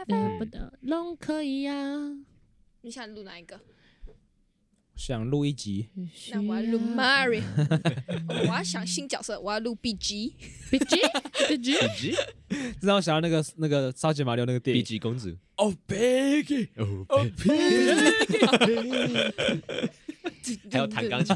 不得拢可以啊。 你想录哪一个？ 想录一集， 那我要录 Mario， 我要想新角色，我要录 BG。 BG， 这让我想到那个超级马里奥那个电影 BG 公主哦 Biggie， 哦哦 Biggie， 还有弹钢琴。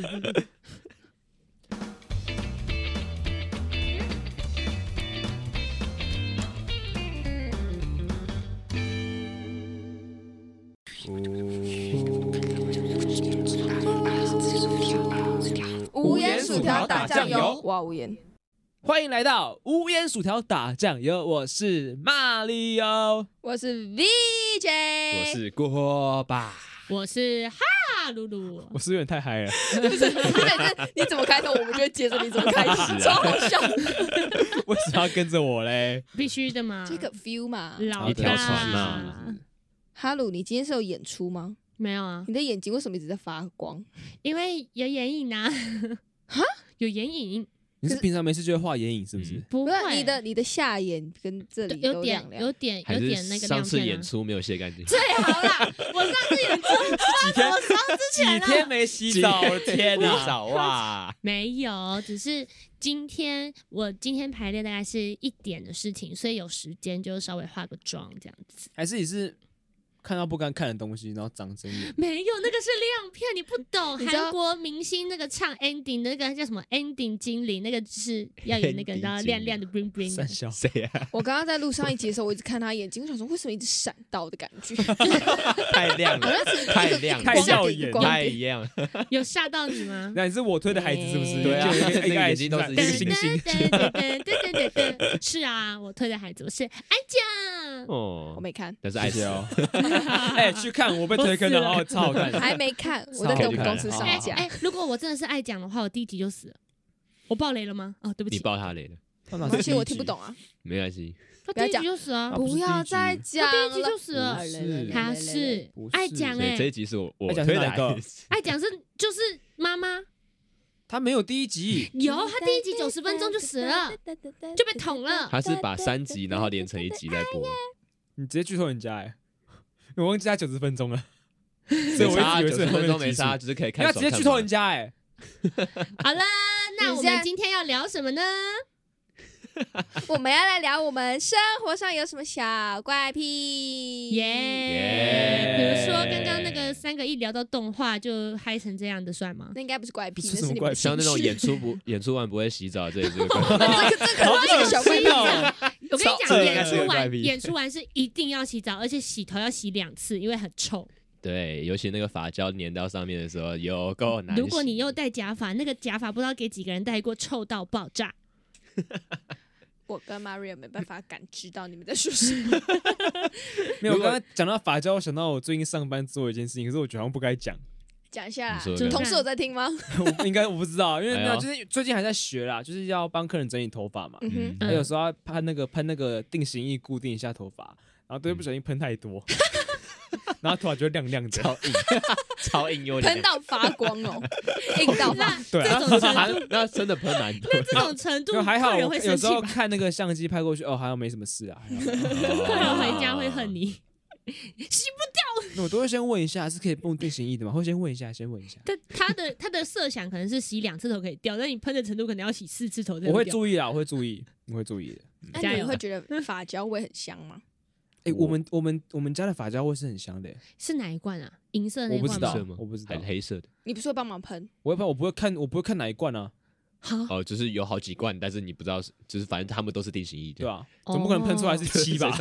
无盐薯条打酱油，哇，无盐。 欢迎来到无盐薯条打酱油，我是马里奥， 我是 VJ， 我是锅巴， 我是哈鲁鲁。 我是有点太嗨了， 你怎么开头，我们就会接着你怎么开始，超好笑。 为什么要跟着我嘞？ 必须的嘛， 这个 feel 嘛。 老一条大船嘛。 哈鲁，你今天是有演出吗？ 没有啊， 你的眼睛为什么一直在发光？ 因为有眼影啊。 哈？ 有眼影？ 你是平常没事就会画眼影是不是？ 不不会， 是你的下眼跟这里有都亮亮。 有点还是那个上次亮片啊演出没有卸干净？ 最好啦！我上次演出几天我上之前几天没洗澡，天哪！ 澡啊！ 没有，只是我今天排练大概是1点的事情，所以有时间就稍微化个妆这样子。 还是你是看到不该看的东西，然后长针眼？ 没有，那个是亮片，你不懂。 你知道韩国明星那个唱 ending 那个叫什么 ending 精灵，那个就是要有那个你知道亮亮的 bling bling 的。 三小谁啊？ 我刚刚在录上一集的时候，我一直看他眼睛，我想说为什么一直闪到的感觉， 太亮了，太亮了， 太耀眼太亮了。 有吓到你吗？ 那你是我推的孩子是不是？ 对啊就有一个那个爱眼睛都是一个星星。 对，是啊，我推的孩子，我是爱酱。 哦我，没看， 但是爱姐哦， 哎，去看我被推坑了，哦，超好看。 还没看，我在等我们公司上好架。 如果我真的是爱讲的话，我第1集就死了。我爆雷了吗？哦，对不你起， 爆他雷了， 没关系，我听不懂啊。 没关系。 他第1集就死了。 不是不要再讲了， 他第1集就死了不是他是不是爱讲所以这一哎， 集是我爱讲推的是哪一个孩子爱讲就是妈妈。 他没有第一集， 有，他第1集90分钟就死了，就被捅了。 他是把3集然后连成1集在播， 你直接剧透人家哎，我忘记他90分钟了，所以我没差90 一直以为是后面分钟没差， 的集数。 只是可以你看爽看要直接剧透嘛人家哎， 好了，那我你现在们今天要聊什么呢？ 我们要来聊我们生活上有什么小怪癖。 耶！比如说刚刚那个3个一聊到动画就嗨成这样的，算吗？ 那应该不是怪癖， 是那是你们的什么怪癖像那种兴趣演出完不会洗澡，这也是个怪癖。 这可能是一个小怪癖。 我跟你讲， 这应该是个怪癖演出完是一定要洗澡，而且洗头要洗2次，因为很臭。 对，尤其那个发胶粘到上面的时候，有够难洗。 如果你又戴假发，那个假发不知道给几个人戴过，臭到爆炸。 我跟 Maria 没办法感知到你们在说什么。 没有，我刚刚讲到发胶，我想到我最近上班做一件事情，可是我觉得好像不该讲。 讲一下啦， 你说的同事有在听吗？ 我不知道，因为没有， 哎呦就是最近还在学啦，就是要帮客人整理头发嘛。 嗯哼， 他有时候要喷那个定型液固定一下头发，然后都会不小心喷太多，然后头发就会亮亮的。 超硬，超硬又喷到发光哦，硬到发。 对啊， 这种程度， 那真的喷蛮多的。 这种程度， 就还好， 客人我有时候会生气吧？ 看那个相机拍过去，哦，好像没什么事啊。还好客人回家会恨你。 那我都会先问一下，是可以用定型液的吗？会先问一下，先问一下。 但他的设想可能是洗2次头可以掉，但你喷的程度可能要洗4次头才我会掉。 注意啦，我会注意，我会注意的。 那加油你们会觉得发胶味很香吗？ 哎，我们家的发胶味是很香的， 是哪一罐啊？银色那我不知道一罐吗？ 色吗？ 我不知道还是黑色的？ 你不是会帮忙喷？ 我不会看哪一罐啊， 好， 哦，就是有好几罐，但是你不知道是，就是反正他们都是定型液的。 对吧？总不可能喷出来是7吧？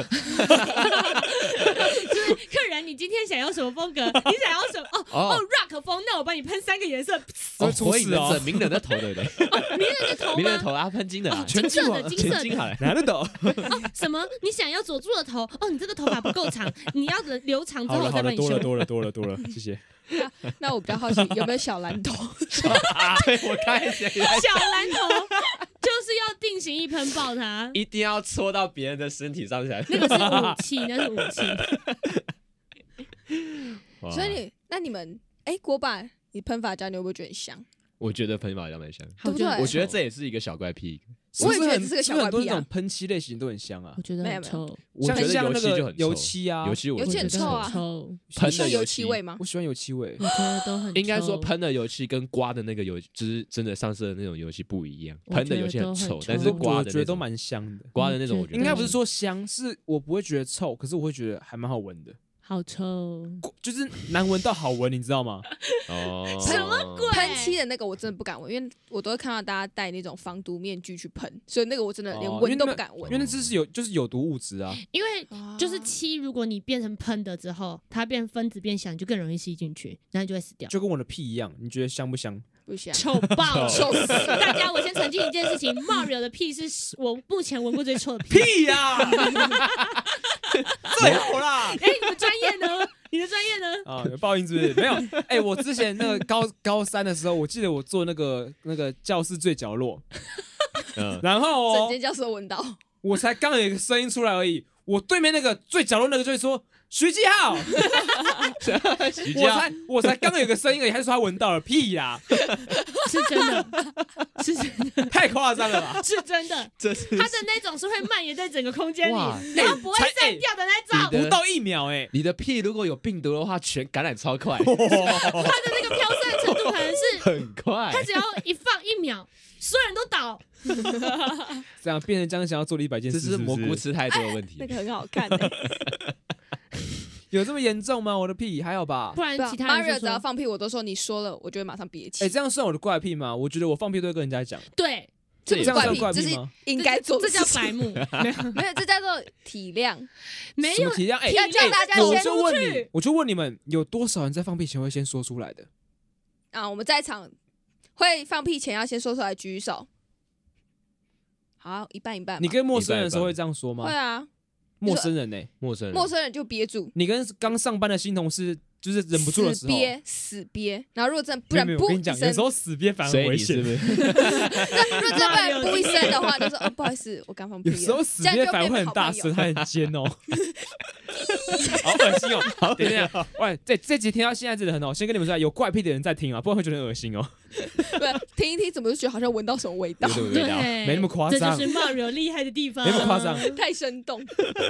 就是客人，你今天想要什么风格？你想要什么？哦 rock 风，那我帮你喷3个颜色， 会出事哦火影忍者鸣人的头，对不对？ 迷人的头吗？ 鸣人的头啊，喷金的啊， 金色的，金色的。 全金好了。 哪得懂？ 什么？你想要佐助的头？哦，你这个头发不够长，你要留长之后我好了好了， 再帮你修。 多了，谢谢。 那我比较好奇，有没有小蓝头？ 对，我看一下， 小蓝头就是要定型液喷爆它， 一定要戳到别人的身体上才。 那个是武器，那是武器。 哇所以你们，锅巴，你喷发胶你会不会觉得很香？ 我觉得喷发胶蛮香， 对不对？ 我觉得这也是一个小怪癖。 我也觉得是不是这是个小怪癖啊很多那种。喷漆类型都很香啊， 我觉得没有没有很臭， 像我觉得像那个油漆就很臭油漆啊， 油漆我油漆觉得很臭啊臭， 喷像油的油漆漆味吗我？喜欢油漆味。 我觉得都很臭。 应该说喷的油漆跟刮的那个油，就是真的上色的那种油漆不一样。 我喷的油漆觉得都很臭，但是臭我刮的那种觉得都蛮香的。 刮的那种，我觉得应该不是很说香，是我不会觉得臭，可是我会觉得还蛮好闻的， 好臭， 就是难闻到好闻，你知道吗？ 哦， 什么鬼喷漆的那个我真的不敢闻，因为我都会看到大家戴那种防毒面具去喷，所以那个我真的连闻都不敢闻因为。那只是就是有毒物质啊。 因为就是漆，如果你变成喷的之后，它变分子变小，你就更容易吸进去，然后你就会死掉。 就跟我的屁一样，你觉得香不香？ 不香， 臭爆了！ 臭死了！ 大家，我先澄清一件事情，Mario 的屁是我目前闻过最臭的屁。 屁呀！最好啦！ 哎，你的专业呢？你的专业呢？ 啊，有报应是不是？没有。哎，我之前那个高三的时候，我记得我坐那个教室最角落， 嗯， 然后整间教室都闻到。 我才刚有一个声音出来而已，我对面那个最角落那个就会说徐继浩，我才刚有一个声音而已，还是说他闻到了？屁呀！ 是真的，是真的， 太夸张了吧？ 是真的。 这是它的那种是会蔓延在整个空间里， 哇然后不会散掉的那种。 你的不到1秒哎， 你的屁如果有病毒的话，全感染超快， 它的那个飘散程度可能是， 很快它。只要一放1秒，所有人都倒。 这样变成江想要做了100件事， 这是蘑菇是吃太多的问题那。个很好看欸。 有这么严重吗？我的屁还好吧不？然对啊其他人 Mario 就说只要放屁，我都说你说了，我就会马上憋气。 哎，这样算我的怪癖吗？我觉得我放屁都会跟人家讲， 对， 这不是怪这样算怪这是癖吗？ 应该做的这叫事情白目，没有没有，这叫做体谅。 没有什么体谅？哎， 要叫大家先我就问出去你，我就问你们，有多少人在放屁前会先说出来的？ 啊！我们在场会放屁前要先说出来，举手。好，一半一半嘛。 你跟陌生人的时候会这样说吗？ 会啊， 陌生人呢？ 陌生人， 陌生人就憋住， 你跟刚上班的新同事就是忍不住的时候， 死憋。然后如果真的不没有然不没有我跟你讲， 一声有时候死憋反而所以危险。 你是不是？ 那如果真的不然不一声的话，就说哦不好意思，我刚放屁了。 有时候死这样就憋反而会变好朋友很大声，它很尖哦，好恶心哦！好，等一下，喂，这集听到现在真的很好，先跟你们说，有怪癖的人在听啊，不然会觉得很恶心哦。 不是听一听，怎么就觉得好像闻到什么味道有，什么对味道？， 没那么夸张这就是 Mario 厉害的地方， 没那么夸张太生动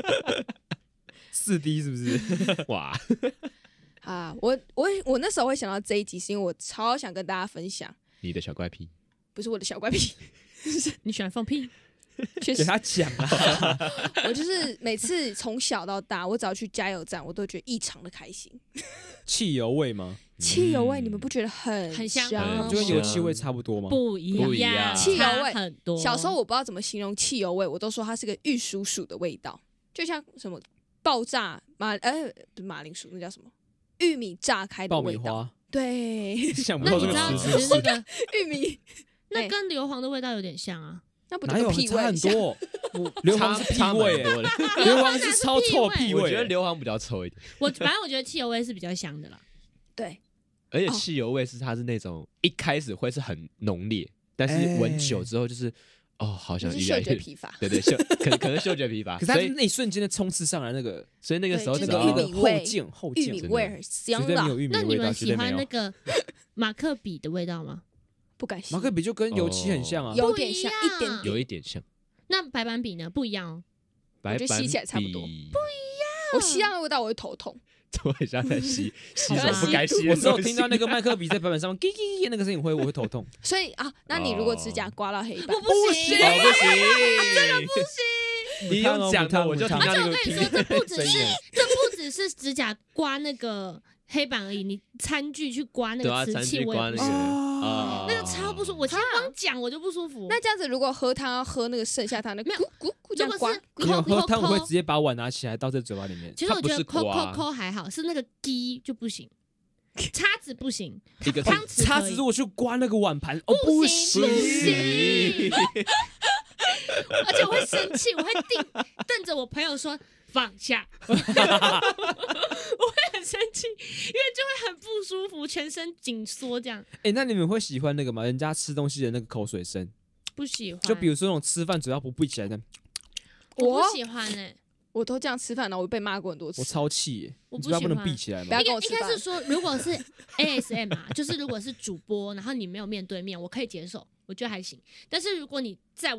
4D 是不是？ 哇， 啊！我那时候会想到这一集，是因为我超想跟大家分享， 你的小怪癖， 不是我的小怪癖， 你喜欢放屁？ 确实， 给他讲啊， 我就是每次从小到大，我只要去加油站，我都觉得异常的开心。 汽油味吗？ 汽油味，你们不觉得很香香？ 就跟油漆味差不多吗？ 不一不一样差汽油味很多。 小时候我不知道怎么形容汽油味，我都说它是个玉蜀黍的味道，就像什么爆炸不是马铃薯，那叫什么？玉米炸开的爆米味道。 花， 对， 想不到这那你知道个词是不是其实那个玉米那跟硫磺的味道有点像啊。 那不哪有就跟屁味差很像？ 多？硫磺是屁差蛮味， 多的。 硫磺是超臭屁味。 我觉得硫磺比较臭一点， 反正我觉得汽油味是比较香的啦。 对， 而且汽油味它是那种一开始会是很浓烈，但是闻久之后就是哦，好你是想越来越， 嗅觉疲乏。 对对，可能嗅觉疲乏， 可是它所以是那一瞬间的冲刺上来那个所以那个时候对只要就是玉米味后玉劲米味很香啦绝对没有，玉米那的味道， 你们喜绝对没有。 欢那个马克笔的味道吗？ 不敢吸马，克笔就跟油漆很像啊， 有点像不一样一点点。 有一点像那白板笔呢？不一样哦。 白板觉得吸起来差不多笔， 我吸到那味道我会头痛。 我很像在吸吸好吧什么不该吸的我东西。 只有听到那个麦克笔在白板上面叽叽叽那个声音，我会头痛。 所以啊，那你如果指甲刮到黑板， 我不行， 哦，不行，真的不行。你用讲的我就听到那个而且我跟你说，这不只是声音这不只是指甲刮那个黑板而已，你餐具去刮那对啊， 个瓷餐器我也不具刮那个行， 啊， 那个超不舒服。我现在光讲我就不舒服。 那这样子如果喝汤要喝那个剩下汤，那没有咕咕咕这样刮如果是， 没有喝汤，我会抠直接把碗拿起来倒在嘴巴里面。 其实我觉它不是得抠抠刮抠还好，是那个滴就不行，叉子不行， 一个汤匙叉可以子如果去刮那个碗盘，哦不行不行而且我会生气，我会瞪着我朋友说放下，我会很生气，因为就会很不舒服，全身紧缩这样， 哎，那你们会喜欢那个吗？人家吃东西的那个口水声， 不喜欢。 就比如说那种吃饭嘴要不闭起来的， 我不喜欢哎、 我都这样吃饭了，我被骂过很多次我。超气耶！ 我你嘴巴不能不喜欢闭起来吗不要？跟我应吃饭该是说，如果是 ASM 啊，就是如果是主播，然后你没有面对面，我可以接受，我觉得还行。但是如果你在我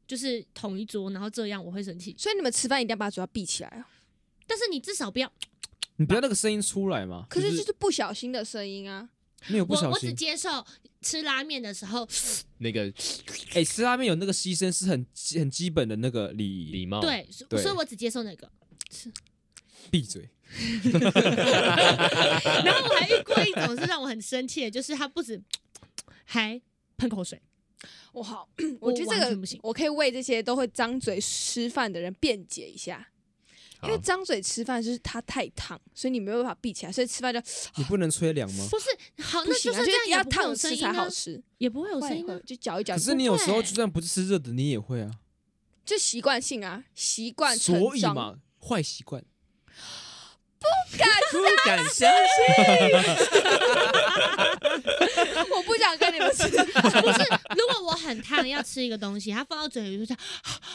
就是同一桌，然后这样我会生气。 所以你们吃饭一定要把嘴巴闭起来啊。 但是你至少不要， 你不要那个声音出来嘛。 可是就是不小心的声音啊。 没有不小我只心。 接受吃拉面的时候， 那个吃拉面有那个牺牲是很基本的那个礼仪。 礼貌， 对， 对所以我只接受那个。 闭嘴。 然后我还遇过一种是让我很生气的，就是他不止还喷口水。 我好，我觉得这个完全不行我可以为这些都会张嘴吃饭的人辩解一下。因为好张嘴吃饭就是它太烫，所以你没有办法闭起来，所以吃饭就你不能吹凉吗？ 不是好， 不行啊， 那就是这样， 要也不会有烫吃才声音啊好吃。 也不会有声会音啊会。就搅一搅， 可是你有时候会就算不是吃热的，你也会啊。 就习惯性啊，习惯成长。 所以嘛，坏习惯。 不敢相信， 我不想跟你们吃。 不是，如果我很烫要吃一个东西，它放到嘴里就这样，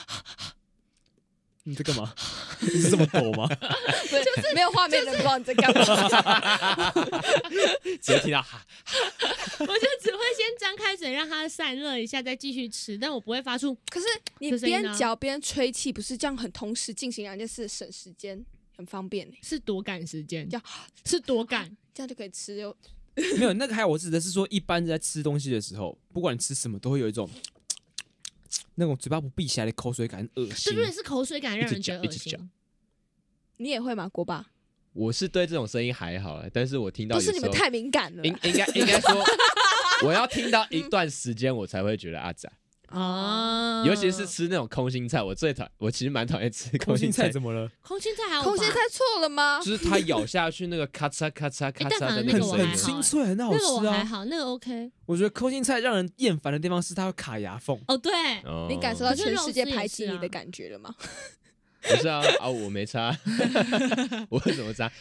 你在干嘛？你是这么抖吗？ 就是没有画面的，不知道你在干嘛。 直接听到哈， 我就只会先张开嘴让它散热一下，再继续吃，但我不会发出。 可是你这声音啊边嚼边吹气，不是这样很同时进行两件事，省时间，很方便欸是多赶时间这样， 是多赶。 这样就可以吃又没有那个，还有我指的是说，一般在吃东西的时候，不管你吃什么，都会有一种那种嘴巴不闭起来的口水感，很恶心。 对对，是口水感让人觉得恶一直嚼心。 你也会吗？国爸？ 我是对这种声音还好啦，但是我听到有时候不是你们太敏感了啦。 应该说，我要听到一段时间我才会觉得阿仔， 哦， 尤其是吃那种空心菜，我其实蛮讨厌吃空心心菜菜怎么了？ 空心菜还有空心菜错了吗？ 就是它咬下去那个咔嚓咔嚓咔嚓的但反而那很个我还好很清脆，很好那个我吃啊。 还好，那个 OK。 我觉得空心菜让人厌烦的地方是它会卡牙缝。 哦，对， 哦你感受到可是肉全世界丝也是啊排挤你的感觉了吗？ 不是啊我没差，我为什么差？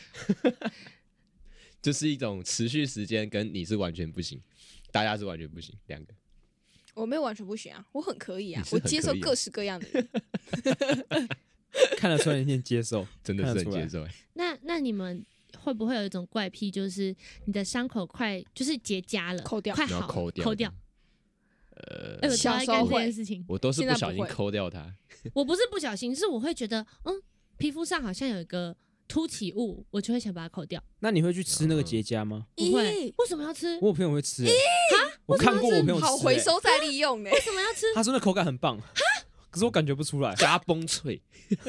就是一种持续时间跟你是完全不行，大家是完全不行，两个。 我没有完全不行啊，我很可以啊你，是我很可以啊接受各式各样的人。 看得出来你很接受， 真的是看得出来很接受。 那你们会不会有一种怪癖，就是你的伤口快就是结痂了， 抠掉快然后好了抠掉我小超爱干这时候会件事情。 我都是现在不小心不会抠掉它。 我不是不小心，是我会觉得，皮肤上好像有一个凸起物，我就会想把它抠掉。 那你会去吃那个结痂吗？ 不会咦， 为什么要吃？ 我有朋友会吃、我看过我朋友吃、 好回收再利用呢。 为什么要吃？ 他说那口感很棒，可是我感觉不出来。 嘎嘣脆，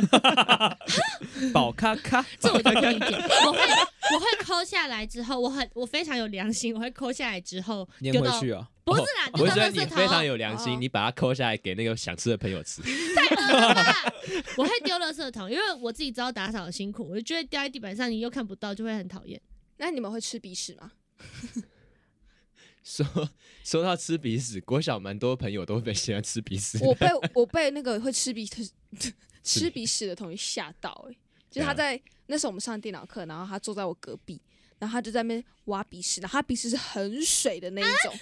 宝咖咖， 这我就可以点，我会抠下来之后，我非常有良心，我会抠下来之后粘丢到， 回去啊！ 不是啦， 我丢到垃圾觉得你非常桶。 有良心， 哦你把它抠下来给那个想吃的朋友吃。 我会丢垃圾桶，因为我自己知道打扫的辛苦，我就觉得掉在地板上，你又看不到，就会很讨厌。 那你们会吃鼻屎吗？ 说到吃鼻屎，国小蛮多朋友都会喜欢吃鼻屎。 我被那个会吃鼻屎的同学吓到就是他在那时候我们上电脑课，然后他坐在我隔壁，然后他就在那边挖鼻屎，然后他鼻屎是很水的那一种。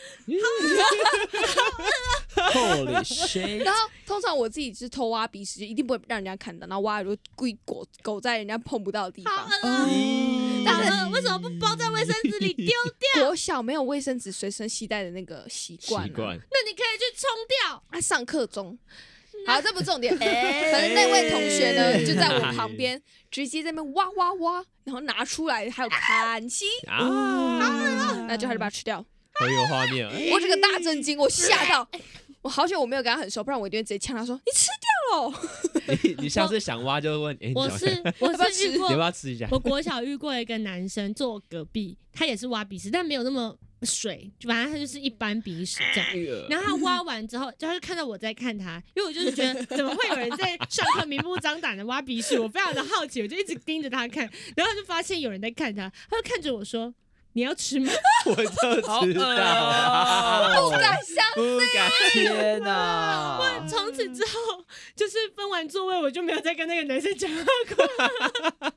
Holy shit！ 然后通常我自己是偷挖鼻屎，就一定不会让人家看到，然后挖就故意狗在人家碰不到的地好方。 恶啊！ 但是为什么不包在卫生纸里丢掉？ 国小没有卫生纸随身携带的那个习惯、 习惯， 那你可以去冲掉。 他上课中，好，这不重点。反正那位同学呢，就在我旁边，直接在那边挖挖挖，然后拿出来，还有砍心，那就他就把它吃掉。 很有画面。 我这个大震惊，我吓到，我好久我没有跟他很熟，不然我一定会直接呛他说：“你吃掉了。 你下次想挖就问， 我是要不要吃遇过你要不要吃一下？ 我国小遇过一个男生坐我隔壁，他也是挖鼻屎，但没有那么水，反正他就是一般鼻屎这样。然后他挖完之后，他就看到我在看他，因为我就是觉得怎么会有人在上课明目张胆的挖鼻屎，我非常的好奇，我就一直盯着他看，然后就发现有人在看他，他就看着我说：“你要吃吗我就知道， 不敢相不敢。 天哪！？” 从此之后，就是分完座位，我就没有再跟那个男生讲话过。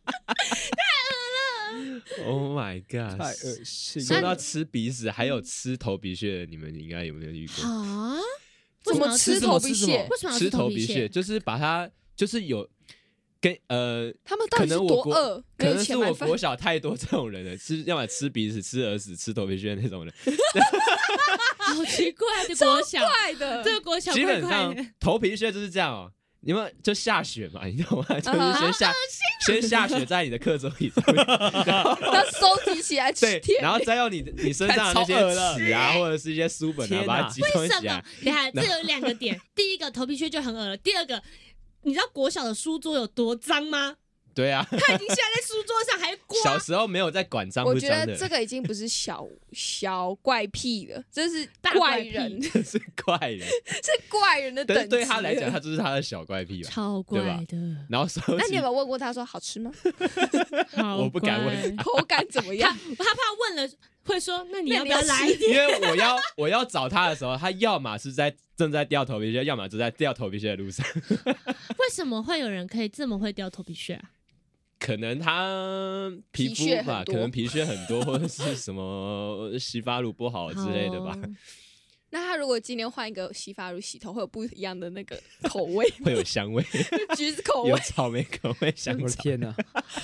Oh my 太 god！ 恶心了！ 说到吃鼻屎，还有吃头皮屑的，你们应该有没有遇过？ 啊？ 怎么吃头皮屑？ 为什么要吃头皮屑头皮屑？就是把它，就是有跟他们到底是多饿？ 可能是我没有钱买饭国小太多这种人了，要么吃鼻屎、吃耳屎、吃头皮屑那种人。 好奇怪的国小， 怪的， 这个国小基怪本上怪的。 头皮屑就是这样哦。你们就下雪嘛，你懂吗？就是先下雪在你的课桌椅上面， 要收集起来吃对，然后再用你身上的那些太超恶了纸啊，或者是一些书本啊， 天哪把它集中为什么起来。？ 等一下，这有2个点。第一个，头皮屑就很恶了；第二个，你知道国小的书桌有多脏吗？ 对啊， 他已经现在在书桌上还刮。 小时候没有在管脏我不脏的， 觉得这个已经不是小怪癖了，这是大怪怪癖人， 这是怪人。 是怪人的等级。 但是对他来讲，他就是他的小怪癖吧。 超怪的， 然后收集那你有没有问过他说好吃吗？ 好我不敢问怪口感怎么他样？ 他怕问了会说，那你那要不要你要来一点？ 因为我要找他的时候，他要么是正在掉头皮屑，要么就在掉头皮屑的路上。 为什么会有人可以这么会掉头皮屑啊？ 可能他皮肤吧， 皮屑很多可能皮屑很多，或者是什么洗发乳不好之类的吧， 好哦那他如果今天换一个洗发乳洗头，会有不一样的那个口味， 会有香味， 橘子口有味。 草莓口味、香我的草。 天哪，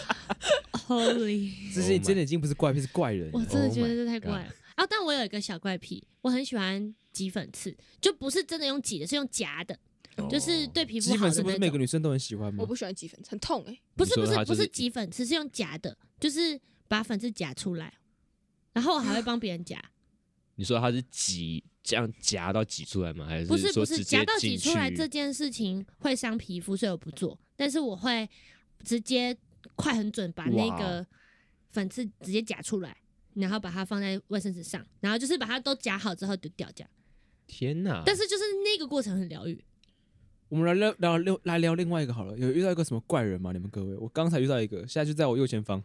Holy， 这些真的已经不是怪癖，是怪人。 我真的觉得 Oh my 这太怪了啊！但我有一个小怪癖，我很喜欢挤粉刺，就不是真的用挤的，是用夹的，就是对皮肤挤粉好的那种。 是不是每个女生都很喜欢吗我？不喜欢挤粉，很痛哎、 不是你说它就是不是不是挤粉刺，是用夹的，就是把粉刺夹出来，然后我还会帮别人夹。 你说它是这样夹到挤出来吗？还是不是不是， 说直接夹到挤进去出来这件事情会伤皮肤，所以我不做。但是我会直接快很准把那个粉刺直接夹出来，然后把它放在卫生纸上，然后就是把它都夹好之后就掉这样。 天哪！ 但是就是那个过程很疗愈。 我们来聊另外一个好了。有遇到一个什么怪人吗？你们各位，我刚才遇到一个，现在就在我右前方。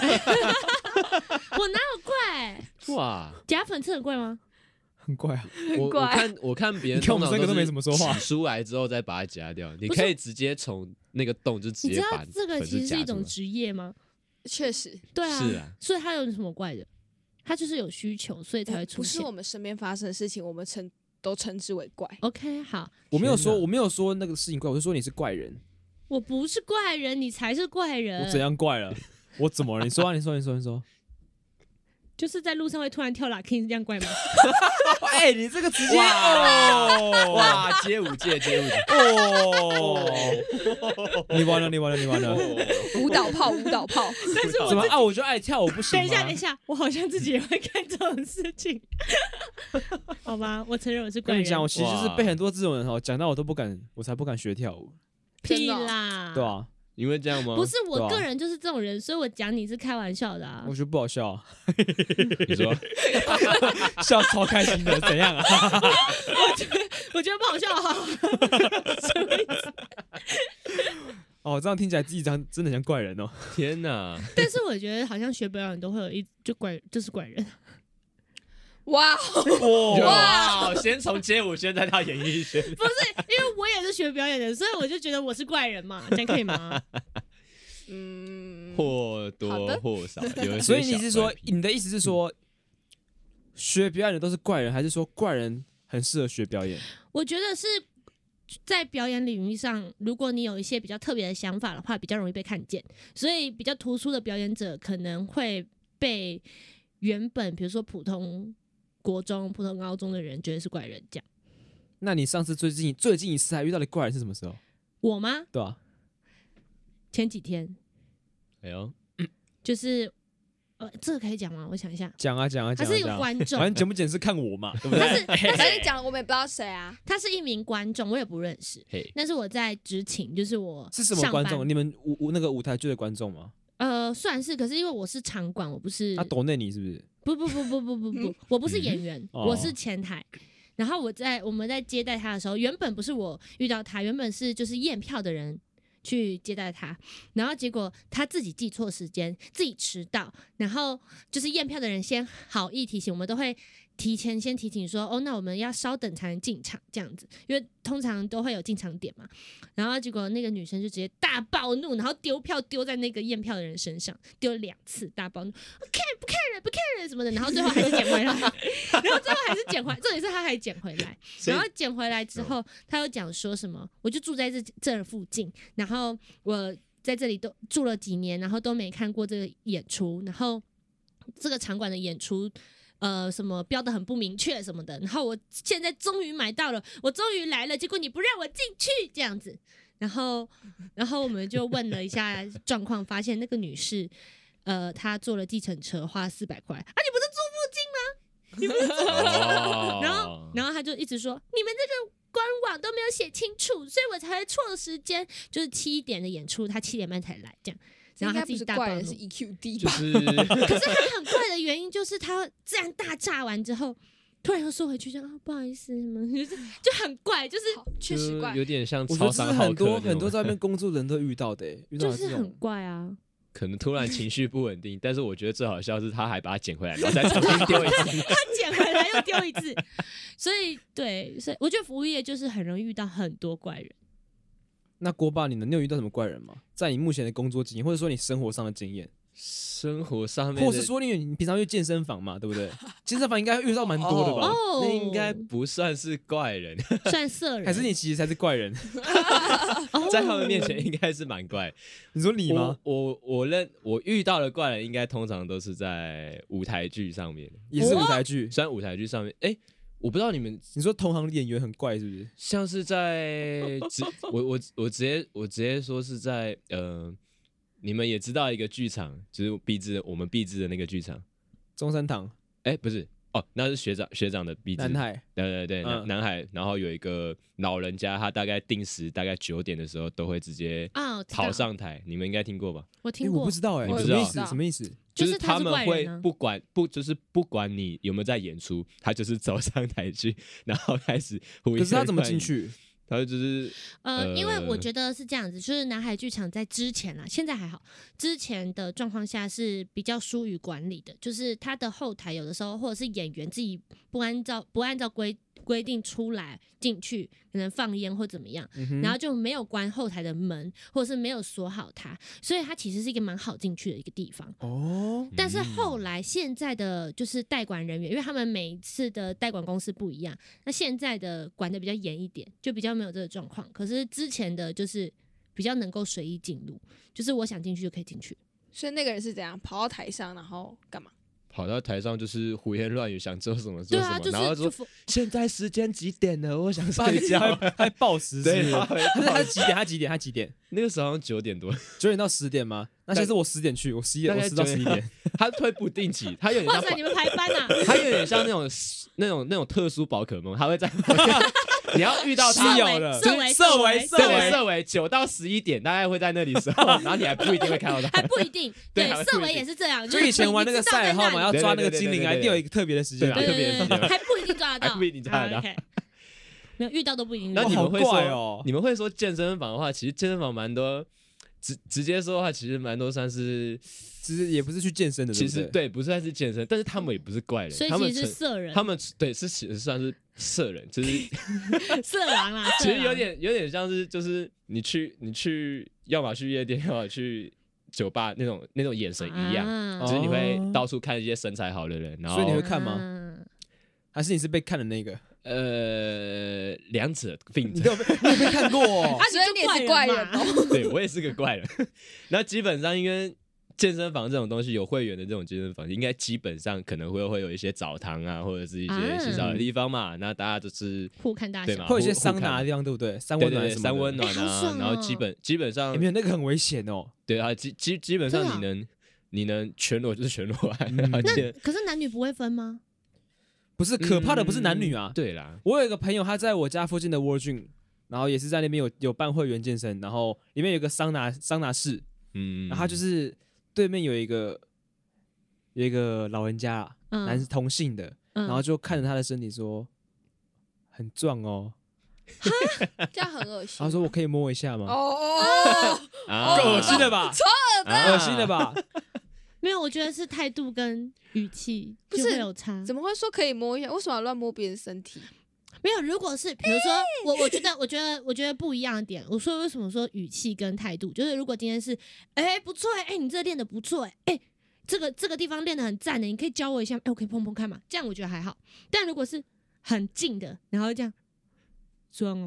我哪有怪？ 哇， 夹粉刺很贵吗？ 很怪啊！ 我看别人， 你看我们三个都没怎么说话挤出来之后再把它夹掉，你可以直接从那个洞就直你知道接把这个其实是一种粉职业吗？ 确实对啊， 是啊， 所以他有什么怪的？他就是有需求，所以才会出现不是我。们身边发生的事情，我们都称之为怪。 OK， 好， 我没有说天哪我没有说那个事情怪，我是说你是怪人。 我不是怪人，你才是怪人。 我怎样怪了？我怎么了？你说啊，你说。 就是在路上会突然跳 locking 是这样怪吗？ 哎，你这个直接哇哦哇，街舞界哦，你完了。 舞蹈炮， 但是怎么啊？我就爱跳舞，不行吗？ 等一下，我好像自己也会干这种事情。好吧，我承认我是怪人。 跟你讲，我其实就是哇被很多这种人讲到我都不敢，我才不敢学跳舞， 屁真的哦啦， 对啊， 因为这样吗？ 不是对啊我个人就是这种人，所以我讲你是开玩笑的啊我。觉得不好笑啊， 你说笑超开心的，怎样啊？ 我觉得不好笑哈。什么意思？ 哦，这样听起来自己真的很像怪人哦。 天哪！ 但是我觉得好像学表演都会有就是怪人。 哇， 哇，先从街舞圈再到演艺圈， 不是，因为我也是学表演的，所以我就觉得我是怪人嘛，这样可以吗？ 或多或少有一些所以你是说小怪，癖你的意思是说，学表演的都是怪人，还是说怪人很适合学表演？ 我觉得是在表演领域上，如果你有一些比较特别的想法的话，比较容易被看见，所以比较突出的表演者可能会被原本比如说普通国中、普通高中的人觉得是怪人，这样。 那你上次最近一次还遇到的怪人是什么时候？ 我吗？ 对啊， 前几天哎呦， 就是这个可以讲吗？我想一下， 讲啊， 他是一个观众反，正剪不剪是看我嘛，对不对？ 反正讲了我们也不知道谁啊。 他是一名观众，我也不认识。 嘿， 那是我在执勤，就是我是什么上班观众？你们那个舞台剧的观众吗？ 算是，可是因为我是场馆，我不是。 他抖内你是不是？ 不，我不是演员， 哦我是前台。然后我们在接待他的时候，原本不是我遇到他，原本是就是验票的人去接待他，然后结果他自己记错时间，自己迟到，然后就是验票的人先好意提醒，我们都会先提醒说，哦，那我们要稍等才能进场这样子，因为通常都会有进场点嘛。然后结果那个女生就直接大暴怒，然后丢票丢在那个验票的人身上，丢了2次，大暴怒，不看人什么的，然后最后还是捡回来，重点是他还捡回来， 所以然后捡回来之后，他又讲说什么，我就住在这附近，然后我在这里都住了几年，然后都没看过这个演出，然后这个场馆的演出。什么标的很不明确什么的，然后我现在终于买到了，我终于来了，结果你不让我进去这样子，然后我们就问了一下状况，发现那个女士，她坐了计程车花400块，啊，你不是住附近吗？你不是住附近吗？然后她就一直说你们这个官网都没有写清楚，所以我才会错时间，就是7点的演出，她7点半才来这样。然后他自己大暴怒， 是 EQD 吧？ 就是可是他很怪的原因就是他这样大炸完之后，突然又缩回去，这样啊不好意思什么，就很怪，就是确实怪， 有点像我觉得这是超商好客很多在外面工作的人都遇到的，遇到就是很这种。 怪啊。 可能突然情绪不稳定，但是我觉得最好笑是他还把它捡回来，然后再重新丢一次。 他捡回来又丢一次，所以我觉得服务业就是很容易遇到很多怪人。 那锅巴，你有遇到什么怪人吗？在你目前的工作经验，或者说你生活上的经验， 生活上面， 或是说你平常去健身房嘛，对不对？健身房应该遇到蛮多的吧？ 哦， 那应该不算是怪人， 算色人， 还是你其实才是怪人？ 在他们面前应该是蛮怪。 你说你吗？ 我遇到的怪人，应该通常都是在舞台剧上面， 也是舞台剧， 虽然舞台剧上面，我不知道你们， 你说同行的演员很怪是不是？ 像是在我直接说是在你们也知道一个剧场，就是我们毕制的那个剧场， 中山堂， 不是哦，那是学长的毕制， 南海， 对，南海，然后有一个老人家，他大概定时大概9点的时候都会直接跑上台，你们应该听过吧？ 我听过， 我不知道你不知道什么意思？ 就是他们会啊不管你有没有在演出，他就是走上台去，然后开始胡言乱语。 可是他怎么进去？ 他就是因为我觉得是这样子，就是南海剧场在之前啦，现在还好，之前的状况下是比较疏于管理的，就是他的后台有的时候或者是演员自己不按照规定出来进去，可能放烟或怎么样，然后就没有关后台的门，或者是没有锁好它，所以它其实是一个蛮好进去的一个地方。 哦， 但是后来现在的就是代管人员，因为他们每一次的代管公司不一样，那现在的管的比较严一点，就比较没有这个状况。可是之前的就是比较能够随意进入，就是我想进去就可以进去。 所以那个人是怎样跑到台上，然后干嘛？ 跑到台上就是胡言乱语，想做什么做什么，然后说现在时间几点了？我想睡觉， 还报时对， 他几点？ 那个时候好像9点多 ，9点到10点吗？那现在是我10点去，我10到11点。 他会不定期，他有点像哇塞，你们排班啊？ 他有点像那种特殊宝可梦，他会在你要遇到他有了色尾9到11点，大概会在那里时候，然后你还不一定会看到他， 还不一定。对，色尾也是这样， 就以前玩那个赛号嘛，要抓那个精灵，一定有一个特别的时间， 特别的时间， 还不一定抓得到， 还不一定抓得到。 没有遇到都不一定。 那你们会说， 你们会说健身房的话，其实健身房蛮多，直接说的话，其实蛮多算是， 其实也不是去健身的， 其实对，不算是健身，但是他们也不是怪人， 所以其实是色人， 他们对是其实算是色人，就是色狼啦。 其实有点像是，就是你去，要么去夜店，要么去酒吧那种眼神一样，就是你会到处看一些身材好的人，然后所以你会看吗？还是你是被看的那个？ 两者并你有被看过， 所以你也是怪人哦。 对，我也是个怪人。那基本上因为健身房这种东西，有会员的这种健身房，应该基本上可能会有一些澡堂啊，或者是一些洗澡的地方嘛。那大家就是互看大小， 会有一些桑拿的地方，对不对？三温暖什么的， 三温暖啊。然后基本上没有那个很危险哦。 对啊，基本上你能全裸就是全裸啊。 那可是男女不会分吗？ 不是，可怕的不是男女啊。 对啦， 我有一个朋友，他在我家附近的 World Gym， 然后也是在那边有办会员健身，然后里面有个桑拿室，然后他就是对面有一个老人家，同性的，然后就看着他的身体说很壮哦， 这样很恶心。 他说我可以摸一下吗？ 够恶心了吧？ 超恶心了吧？ 没有，我觉得是态度跟语气就会有差。 怎么会说可以摸一下？为什么要乱摸别人身体？ 没有，如果是比如说我觉得不一样的点。我说为什么说语气跟态度，就是如果今天是不错你这练的不错这个地方练的很赞的，你可以教我一下我可以碰碰看嘛，这样我觉得还好。但如果是很近的，然后这样爽哦，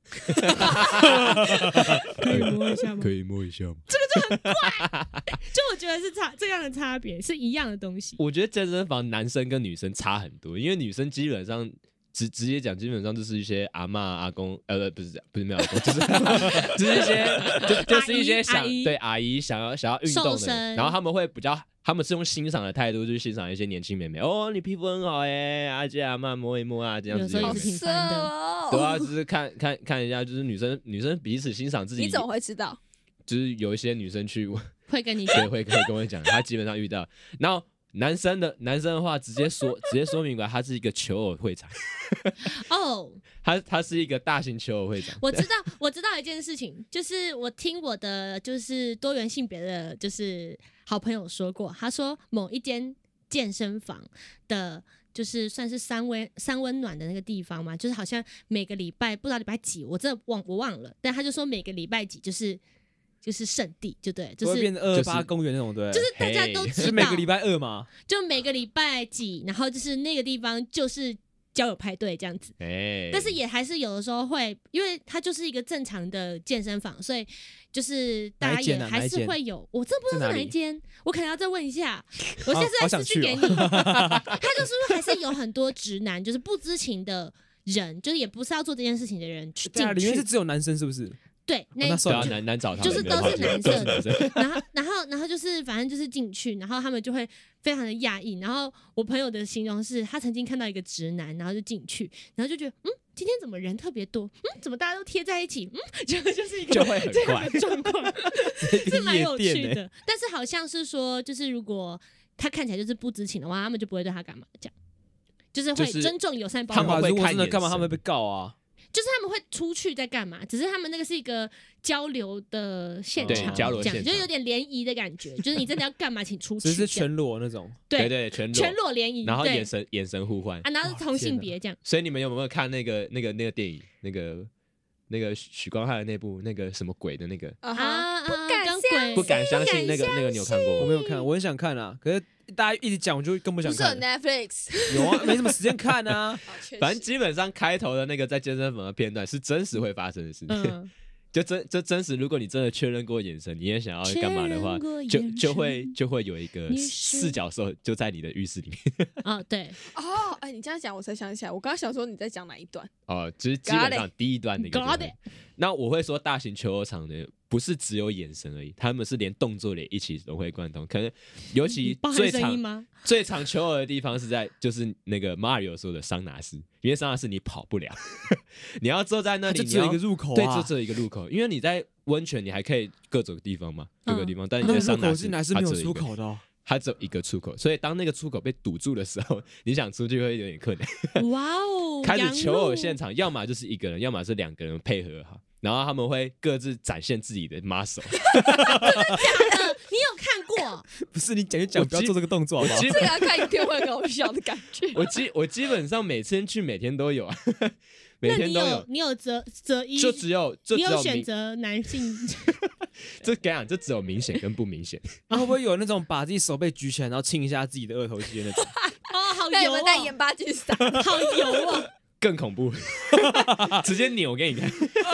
可以摸一下吗？ 可以摸一下吗？ 就我觉得是这样的差别，是一样的东西。 我觉得健身房男生跟女生差很多，因为女生基本上直接讲，基本上就是一些阿嬷阿公，不是没有阿公，就是一些就是一些阿姨想要运动的人，然后他们会比较。他们是用欣赏的态度去欣赏一些年轻妹妹，哦，你皮肤很好哎，阿姐阿嬷摸一摸啊，这样子。 有时候也是挺烦的。 对啊，就是看一下，就是女生彼此欣赏自己。 你怎么会知道？ 就是有一些女生去会跟你讲， 会跟我讲，她基本上遇到。然后男生的话，直接说明白，他是一个求偶会场。 哦， 他是一个大型求偶会场。 我知道一件事情，就是我听我的就是多元性别的就是好朋友说过，他说某一间健身房的，就是算是三温暖的那个地方嘛，就是好像每个礼拜不知道礼拜几，我忘了，但他就说每个礼拜几就是圣地，就对，就是会变成228公园那种，对， 就是大家都知道， 是每个礼拜2嘛， 就每个礼拜几，然后就是那个地方就是交友派对这样子，但是也还是有的时候会，因为它就是一个正常的健身房，所以就是大家也还是会有，我真不知道是哪一间，我可能要再问一下，我下次再私讯给你。他就说还是有很多直男，就是不知情的人，就是也不是要做这件事情的人进去， 里面是只有男生是不是？ 对， 那难找他们， 就是都是男生，然后就是反正就是进去，然后他们就会非常的讶异。然后我朋友的形容是他曾经看到一个直男，然后就进去，然后就觉得今天怎么人特别多，怎么大家都贴在一起，就是一个就会很怪的状况，是蛮有趣的。但是好像是说，就是如果他看起来就是不知情的话，他们就不会对他干嘛，这样就是会尊重友善包容。 他们如果真的干嘛，他们会被告啊。 就是他们会出去在干嘛？只是他们那个是一个交流的现场， 交流现场就有点联谊的感觉。就是你真的要干嘛，请出去。 只是全裸那种， 对， 全裸联谊， 然后眼神互换啊，然后是同性别这样。 所以你们有没有看那个电影？那个许光汉的那部那个什么鬼的那个不敢相信那个你有看过吗？ 我没有看，我很想看啊，可是大家一直讲，我就更不想看。 不是有 Netflix 有啊，没什么时间看啊。 反正基本上开头的那个在健身房的片段是真实会发生的事情。就真实，如果你真的确认过眼神，你也想要干嘛的话，就会有一个四角兽就在你的浴室里面。 对。 哎，你这样讲我才想起来，我刚刚想说你在讲哪一段？ 就是基本上第一段那个。那我会说，大型球球场呢，不是只有眼神而已，他们是连动作也一起融会贯通。可能尤其最常求偶的地方是在就是那个 Mario 说的桑拿室，因为桑拿室你跑不了，你要坐在那里， 就只有一个入口， 对，就只有一个入口。因为你在温泉你还可以各种地方嘛，各个地方，但你在桑拿室还是没有出口的。 它只有一个出口，所以当那个出口被堵住的时候，你想出去会有点困难。 哇哦！ 开始求偶现场，要么就是一个人，要么是2个人配合好，然后他们会各自展现自己的 muscle。 真的假的？你有看过？ 不是你讲就讲，不要做这个动作好不好？ 这个要看影片会很好笑的感觉。 我基本上每次去每天都有啊。每天都有， 你有择一， 就只有你有选择男性。 这跟你讲，这只有明显跟不明显。 会不会有那种把自己手背举起来，然后亲一下自己的二头肌的那种？ 好油哦！ 带盐巴去撒， 好油哦！ 更恐怖，直接扭给你看。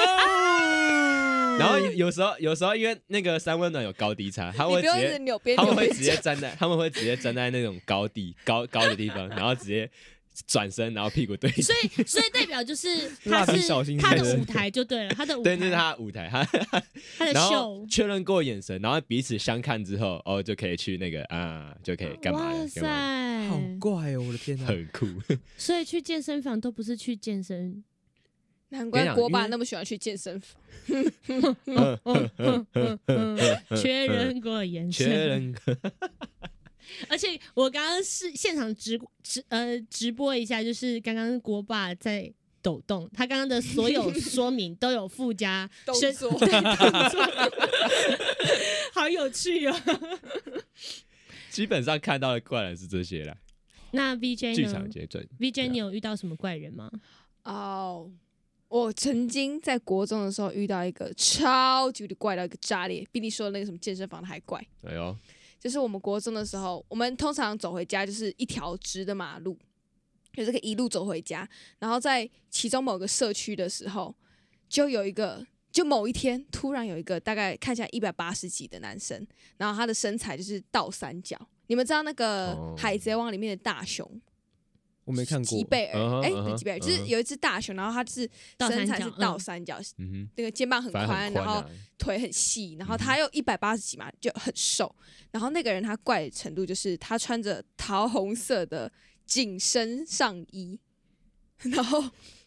然后有时候因为那个三温暖有高低差，他们会直接站在那种高的地方，然后直接转身，然后屁股对。所以代表就是他的舞台就对了，他的舞台， 对，这是他的舞台，他的秀。 确认过眼神，然后彼此相看之后，就可以去那个就可以干嘛？ 哇塞， 好怪哦！我的天哪， 很酷。 所以去健身房都不是去健身。 难怪国爸那么喜欢去健身房。 确认过眼神。而且我刚刚是现场直播一下，就是刚刚国爸在抖动，他刚刚的所有说明都有附加动作， 好有趣哦。 基本上看到的怪人是这些啦。 那 VJ 呢？ 剧场阶段 ，VJ 你有遇到什么怪人吗？ 我曾经在国中的时候遇到一个超级怪到一个炸裂，比你说的那个什么健身房的还怪。 哎呦。 就是我们国中的时候，我们通常走回家就是一条直的马路，就是可以一路走回家。然后在其中某个社区的时候， 就某一天突然有一个大概看起来180几的男生，然后他的身材就是倒三角。你们知道那个海贼王里面的大雄？ 我没看过。 吉贝尔，不是吉贝尔，就是有一只大雄，然后他是身材是倒三角，那个肩膀很宽，然后腿很细，然后他又180几嘛，就很瘦。然后那个人他怪的程度就是他穿着桃红色的紧身上衣，然后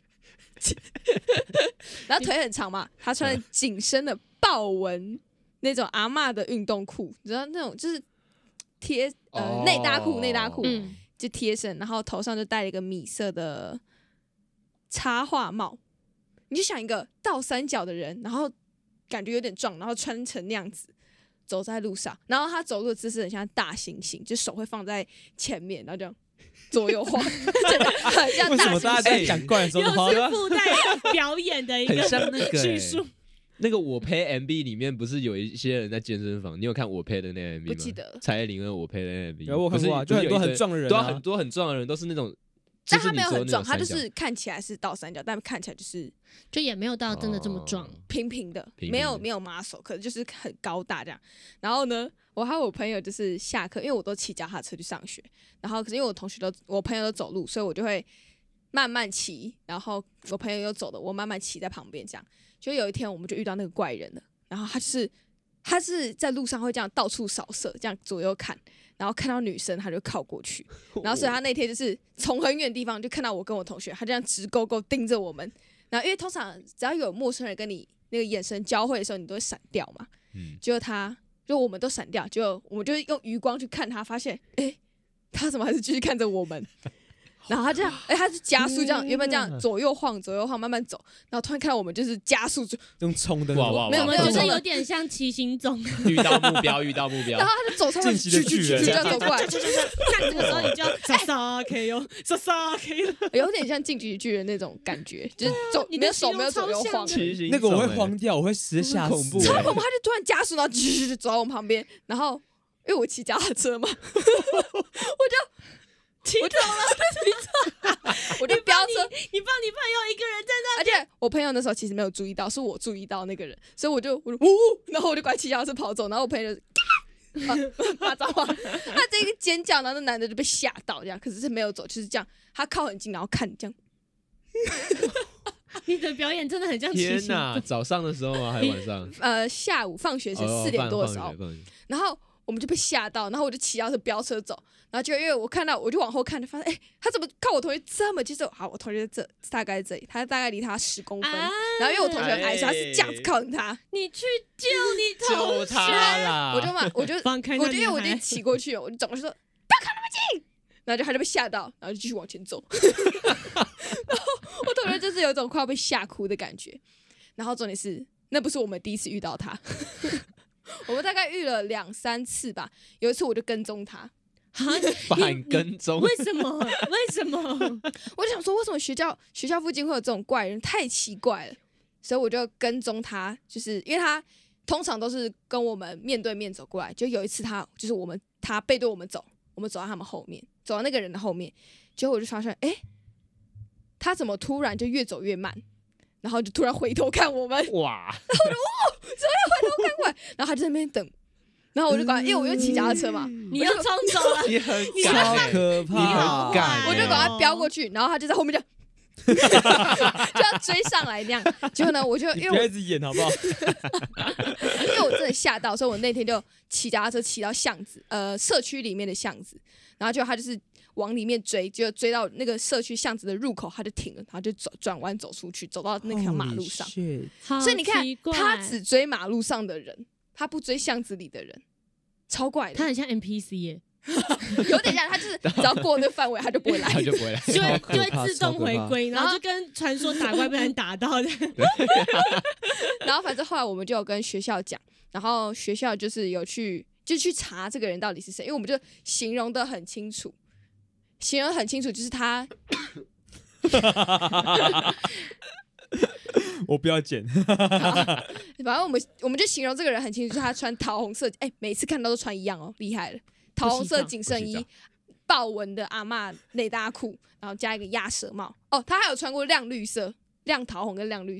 腿很长嘛，他穿着紧身的豹纹那种阿嬷的运动裤，你知道那种就是贴内搭裤，就贴身，然后头上就戴了一个米色的插画帽。你就想一个倒三角的人，然后感觉有点壮，然后穿成那样子走在路上，然后他走路的姿势很像大猩猩，就手会放在前面，然后这样左右晃，真的很像大猩猩。 为什么大家在讲怪的时候又是附带表演的一个很像那个叙述？ 那个我配 MV 里面不是有一些人在健身房？你有看我配的那个 MV 吗？ 不记得。 蔡依林的我配的那个 MV， 有我看过啊，就很多很壮的人， 对啊，很多很壮的人都是那种， 但他没有很壮，他就是看起来是倒三角，但看起来就也没有到真的这么壮， 平平的，没有 muscle， 可是就是很高大这样。然后呢，我还有我朋友就是下课，因为我都骑脚踏车去上学，然后可是因为我朋友都走路，所以我就会慢慢骑，然后我朋友又走的，我慢慢骑在旁边这样。就有一天我们就遇到那个怪人了，然后他是在路上会这样到处扫射，这样左右看，然后看到女生他就靠过去，然后所以他那天就是从很远的地方就看到我跟我同学，他这样直勾勾盯着我们，然后因为通常只要有陌生人跟你那个眼神交汇的时候，你都会闪掉嘛，结果我们都闪掉，结果我们就用余光去看他，发现他怎么还是继续看着我们。然后他这样，他是加速这样，原本这样左右晃，慢慢走，然后突然看到我们就是加速， 用冲的， 没有， 就是有点像骑行种， 遇到目标， 然后他就走上来，去这样走过来， 看这个时候你就要撒 K 哦，撒 K 了， 有点像进击的巨人那种感觉，就是走，你的手没有左右晃， 那个我会慌掉，我会直接吓死， 超恐怖，他就突然加速，然后走到我们旁边，然后因为我骑脚踏车嘛，我就飙车， 你帮你朋友一个人在那， 而且我朋友那时候其实没有注意到，是我注意到那个人，所以我就然后我就赶快骑脚踏车跑走，然后我朋友就骂脏话，他这个尖叫，然后那男的就被吓到这样，可是是没有走，就是这样，他靠很近，然后看这样。 你的表演真的很像骑行。 天哪！早上的时候吗？还是晚上？ 下午放学前4点多的时候，然后我们就被吓到，然后我就骑脚踏车飙车走。然后就因为我看到，我就往后看，就发现，他怎么靠我同学这么近？好，我同学在这，大概这里，他大概离他10公分。然后因为我同学很矮，所以他是这样子靠近他。 你去救你同学啦！ 我就因为我已经骑过去了，我就转过去说不要靠那么近。然后他就被吓到，然后就继续往前走。然后我同学就是有一种快要被吓哭的感觉。然后重点是，那不是我们第一次遇到他，我们大概遇了2、3次吧。有一次我就跟踪他。 反跟踪？ 为什么？ 我就想说，为什么学校附近会有这种怪人？太奇怪了，所以我就跟踪他，就是因为他通常都是跟我们面对面走过来。就有一次他背对我们走，我们走到他们后面，走到那个人的后面，结果我就发现，他怎么突然就越走越慢，然后就突然回头看我们， 哇！ 然后我就怎么又回头看过来？然后他就在那边等。然后我就赶快，因为我又骑脚踏车嘛， 你又冲走了， 你很超可怕， 你很敢， 我就赶快飙过去，然后他就在后面就要追上来那样。结果呢，我就因为不要一直演好不好？ 因为我真的吓到，所以我那天就骑脚踏车骑到巷子，社区里面的巷子，然后就他就是往里面追，就追到那个社区巷子的入口，他就停了，然后就转弯走出去，走到那条马路上。所以你看，他只追马路上的人。他不追巷子里的人，超怪的。 他很像 NPC 耶， 有点像，他就是只要过那个范围，他就不会来， 就会自动回归，然后就跟传说打怪被人打到的。 然后反正后来我们就有跟学校讲，然后学校就是有去查这个人到底是谁，因为我们就形容得很清楚，就是他。 我不要剪。 反正我们就形容这个人很清楚，就是他穿桃红色，每次看到都穿一样哦，厉害了，桃红色紧身衣，豹纹的阿嬷内搭裤，然后加一个鸭舌帽。他还有穿过亮桃红跟亮绿色。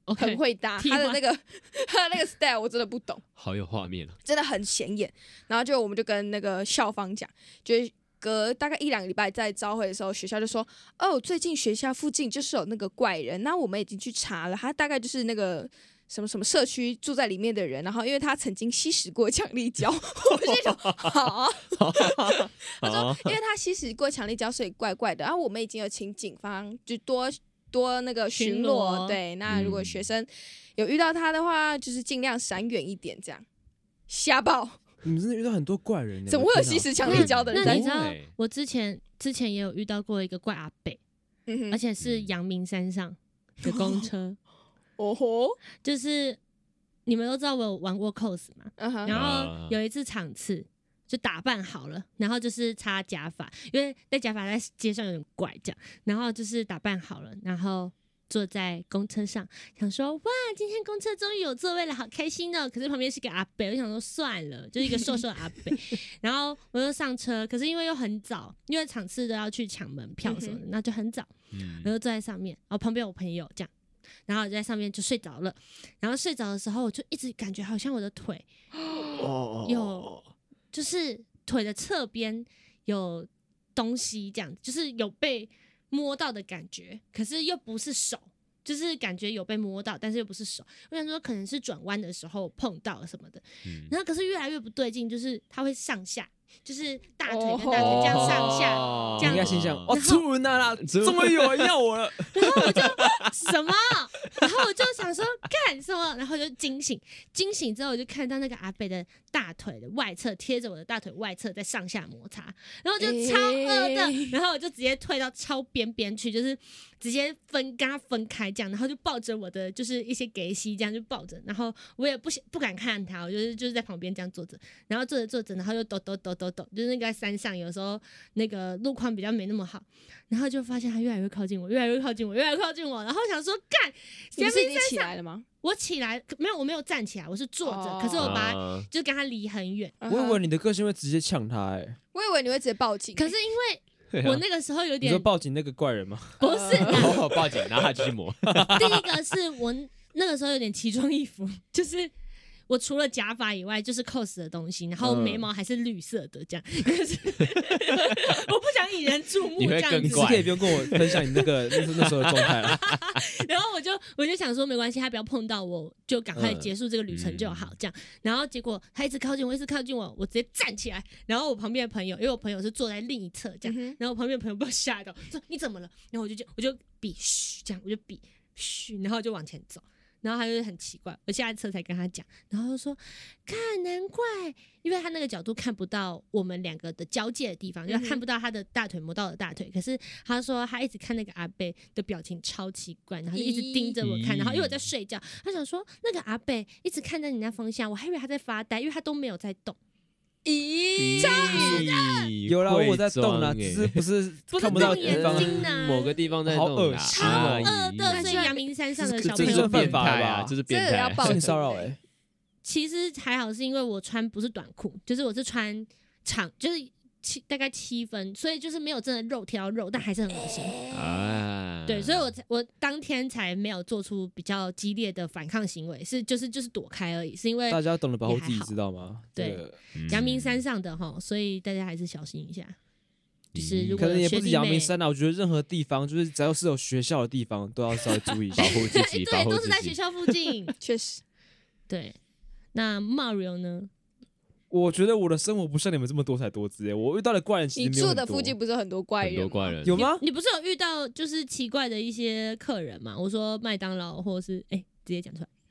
OK， 很会搭， 替换他的那个 style 我真的不懂， 好有画面了。 真的很显眼。然后我们就跟那个校方讲，就是隔大概1-2个礼拜在朝会的时候，学校就说，哦，最近学校附近就是有那个怪人，那我们已经去查了，他大概就是那个什么什么社区住在里面的人，然后因为他曾经吸食过强力胶，我们就说好啊，他说因为他吸食过强力胶，所以怪怪的。然后我们已经有请警方就多那个巡巡逻， 逻对，那如果学生有遇到他的话，就是尽量闪远一点，这样。瞎报， 你们真的遇到很多怪人呢， 怎么会有吸食强力胶的人在那你知道对我之前也有遇到过一个怪阿伯， 嗯哼， 而且是阳明山上的公车， 哦吼， 就是你们都知道我有玩过 cos 嘛， 嗯哼， 然后有一次场次就打扮好了，然后就是擦假发，因为戴假发在街上有点怪这样，然后就是打扮好了，然后坐在公车上，想说哇，今天公车终于有座位了，好开心哦！可是旁边是个阿伯，我想说算了，就是一个瘦瘦的阿伯。然后我就上车，可是因为又很早，因为场次都要去抢门票什么的，那就很早，我就坐在上面，然后旁边有朋友这样，然后我就在上面就睡着了。然后睡着的时候，我就一直感觉好像我的腿有，就是腿的侧边有东西，这样就是有被摸到的感觉，可是又不是手，就是感觉有被摸到，但是又不是手。我想说可能是转弯的时候碰到什么的，然后可是越来越不对劲，就是它会上下，就是大腿跟大腿这样上下，这样应该心想， 然后出人啦，终于有人要我了。 然后我就什么，然后我就想说干什么，然后就惊醒之后，我就看到那个阿北的大腿的外侧贴着我的大腿外侧在上下摩擦，然后我就超恶的，然后我就直接退到超边边去，就是直接跟他分开这样，然后就抱着我的就是一些给息这样就抱着，然后我也不敢看他，我就是在旁边这样坐着，然后坐着，然后又抖，就是那个在山上有时候那个路况比较没那么好，然后就发现他越来越靠近我，然后想说干， 你不是已经起来了吗？ 我起来没有，我没有站起来，我是坐着，可是我把他就跟他离很远。 我以为你的个性会直接呛他，哎， 我以为你会直接报警， 可是因为我那个时候有点你说报警那个怪人吗？ 不是然后报警，然后他继续磨。 第一个是我那个时候有点奇装异服，就是我除了假发以外就是 cos 的东西，然后眉毛还是绿色的这样，可是我不想引人注目这样子。 你是可以不用跟我分享你那时候的状态了。 然后我就想说没关系，他不要碰到我，就赶快结束这个旅程就好这样。然后结果他一直靠近我，我直接站起来，然后我旁边的朋友，因为我朋友是坐在另一侧这样，然后我旁边的朋友被我吓到，说你怎么了？然后我就比嘘这样，我就比嘘，然后就往前走。然后他就很奇怪，我下车才跟他讲，然后就说看难怪，因为他那个角度看不到我们两个的交界的地方，就看不到他的大腿摸到我的大腿，可是他说他一直看那个阿伯的表情超奇怪，然后就一直盯着我看，然后因为我在睡觉，他想说那个阿伯一直看着你那方向，我还以为他在发呆，因为他都没有在动。 咦， 有啦，我在动啦，只是不是看不到动眼睛啊， 某个地方在动， 好恶心哦， 超恶的，所以阳明山上的小朋这友是变态啊，这是变态， 要报性骚扰哎。 其实还好，是因为我穿不是短裤，就是我是穿长，就是大概7分，所以就是没有真的肉贴到肉，但还是很恶心啊。 对，所以我当天才没有做出比较激烈的反抗行为，就是躲开而已，是因为大家懂得保护自己，知道吗？ 对，阳明山上的哈，所以大家还是小心一下。就是如果可能也不是阳明山啊，我觉得任何地方，就是只要是有学校的地方，都要稍微注意一下， 保护自己， 对，都是在学校附近， 确实。 对，那 Mario 呢？ 我觉得我的生活不像你们这么多彩多姿我遇到的怪人其实你没有很多。 住的附近不是很多怪人吗？ 很多怪人有吗？ 你不是有遇到就是奇怪的一些客人吗？我说麦当劳或者是直接讲出来。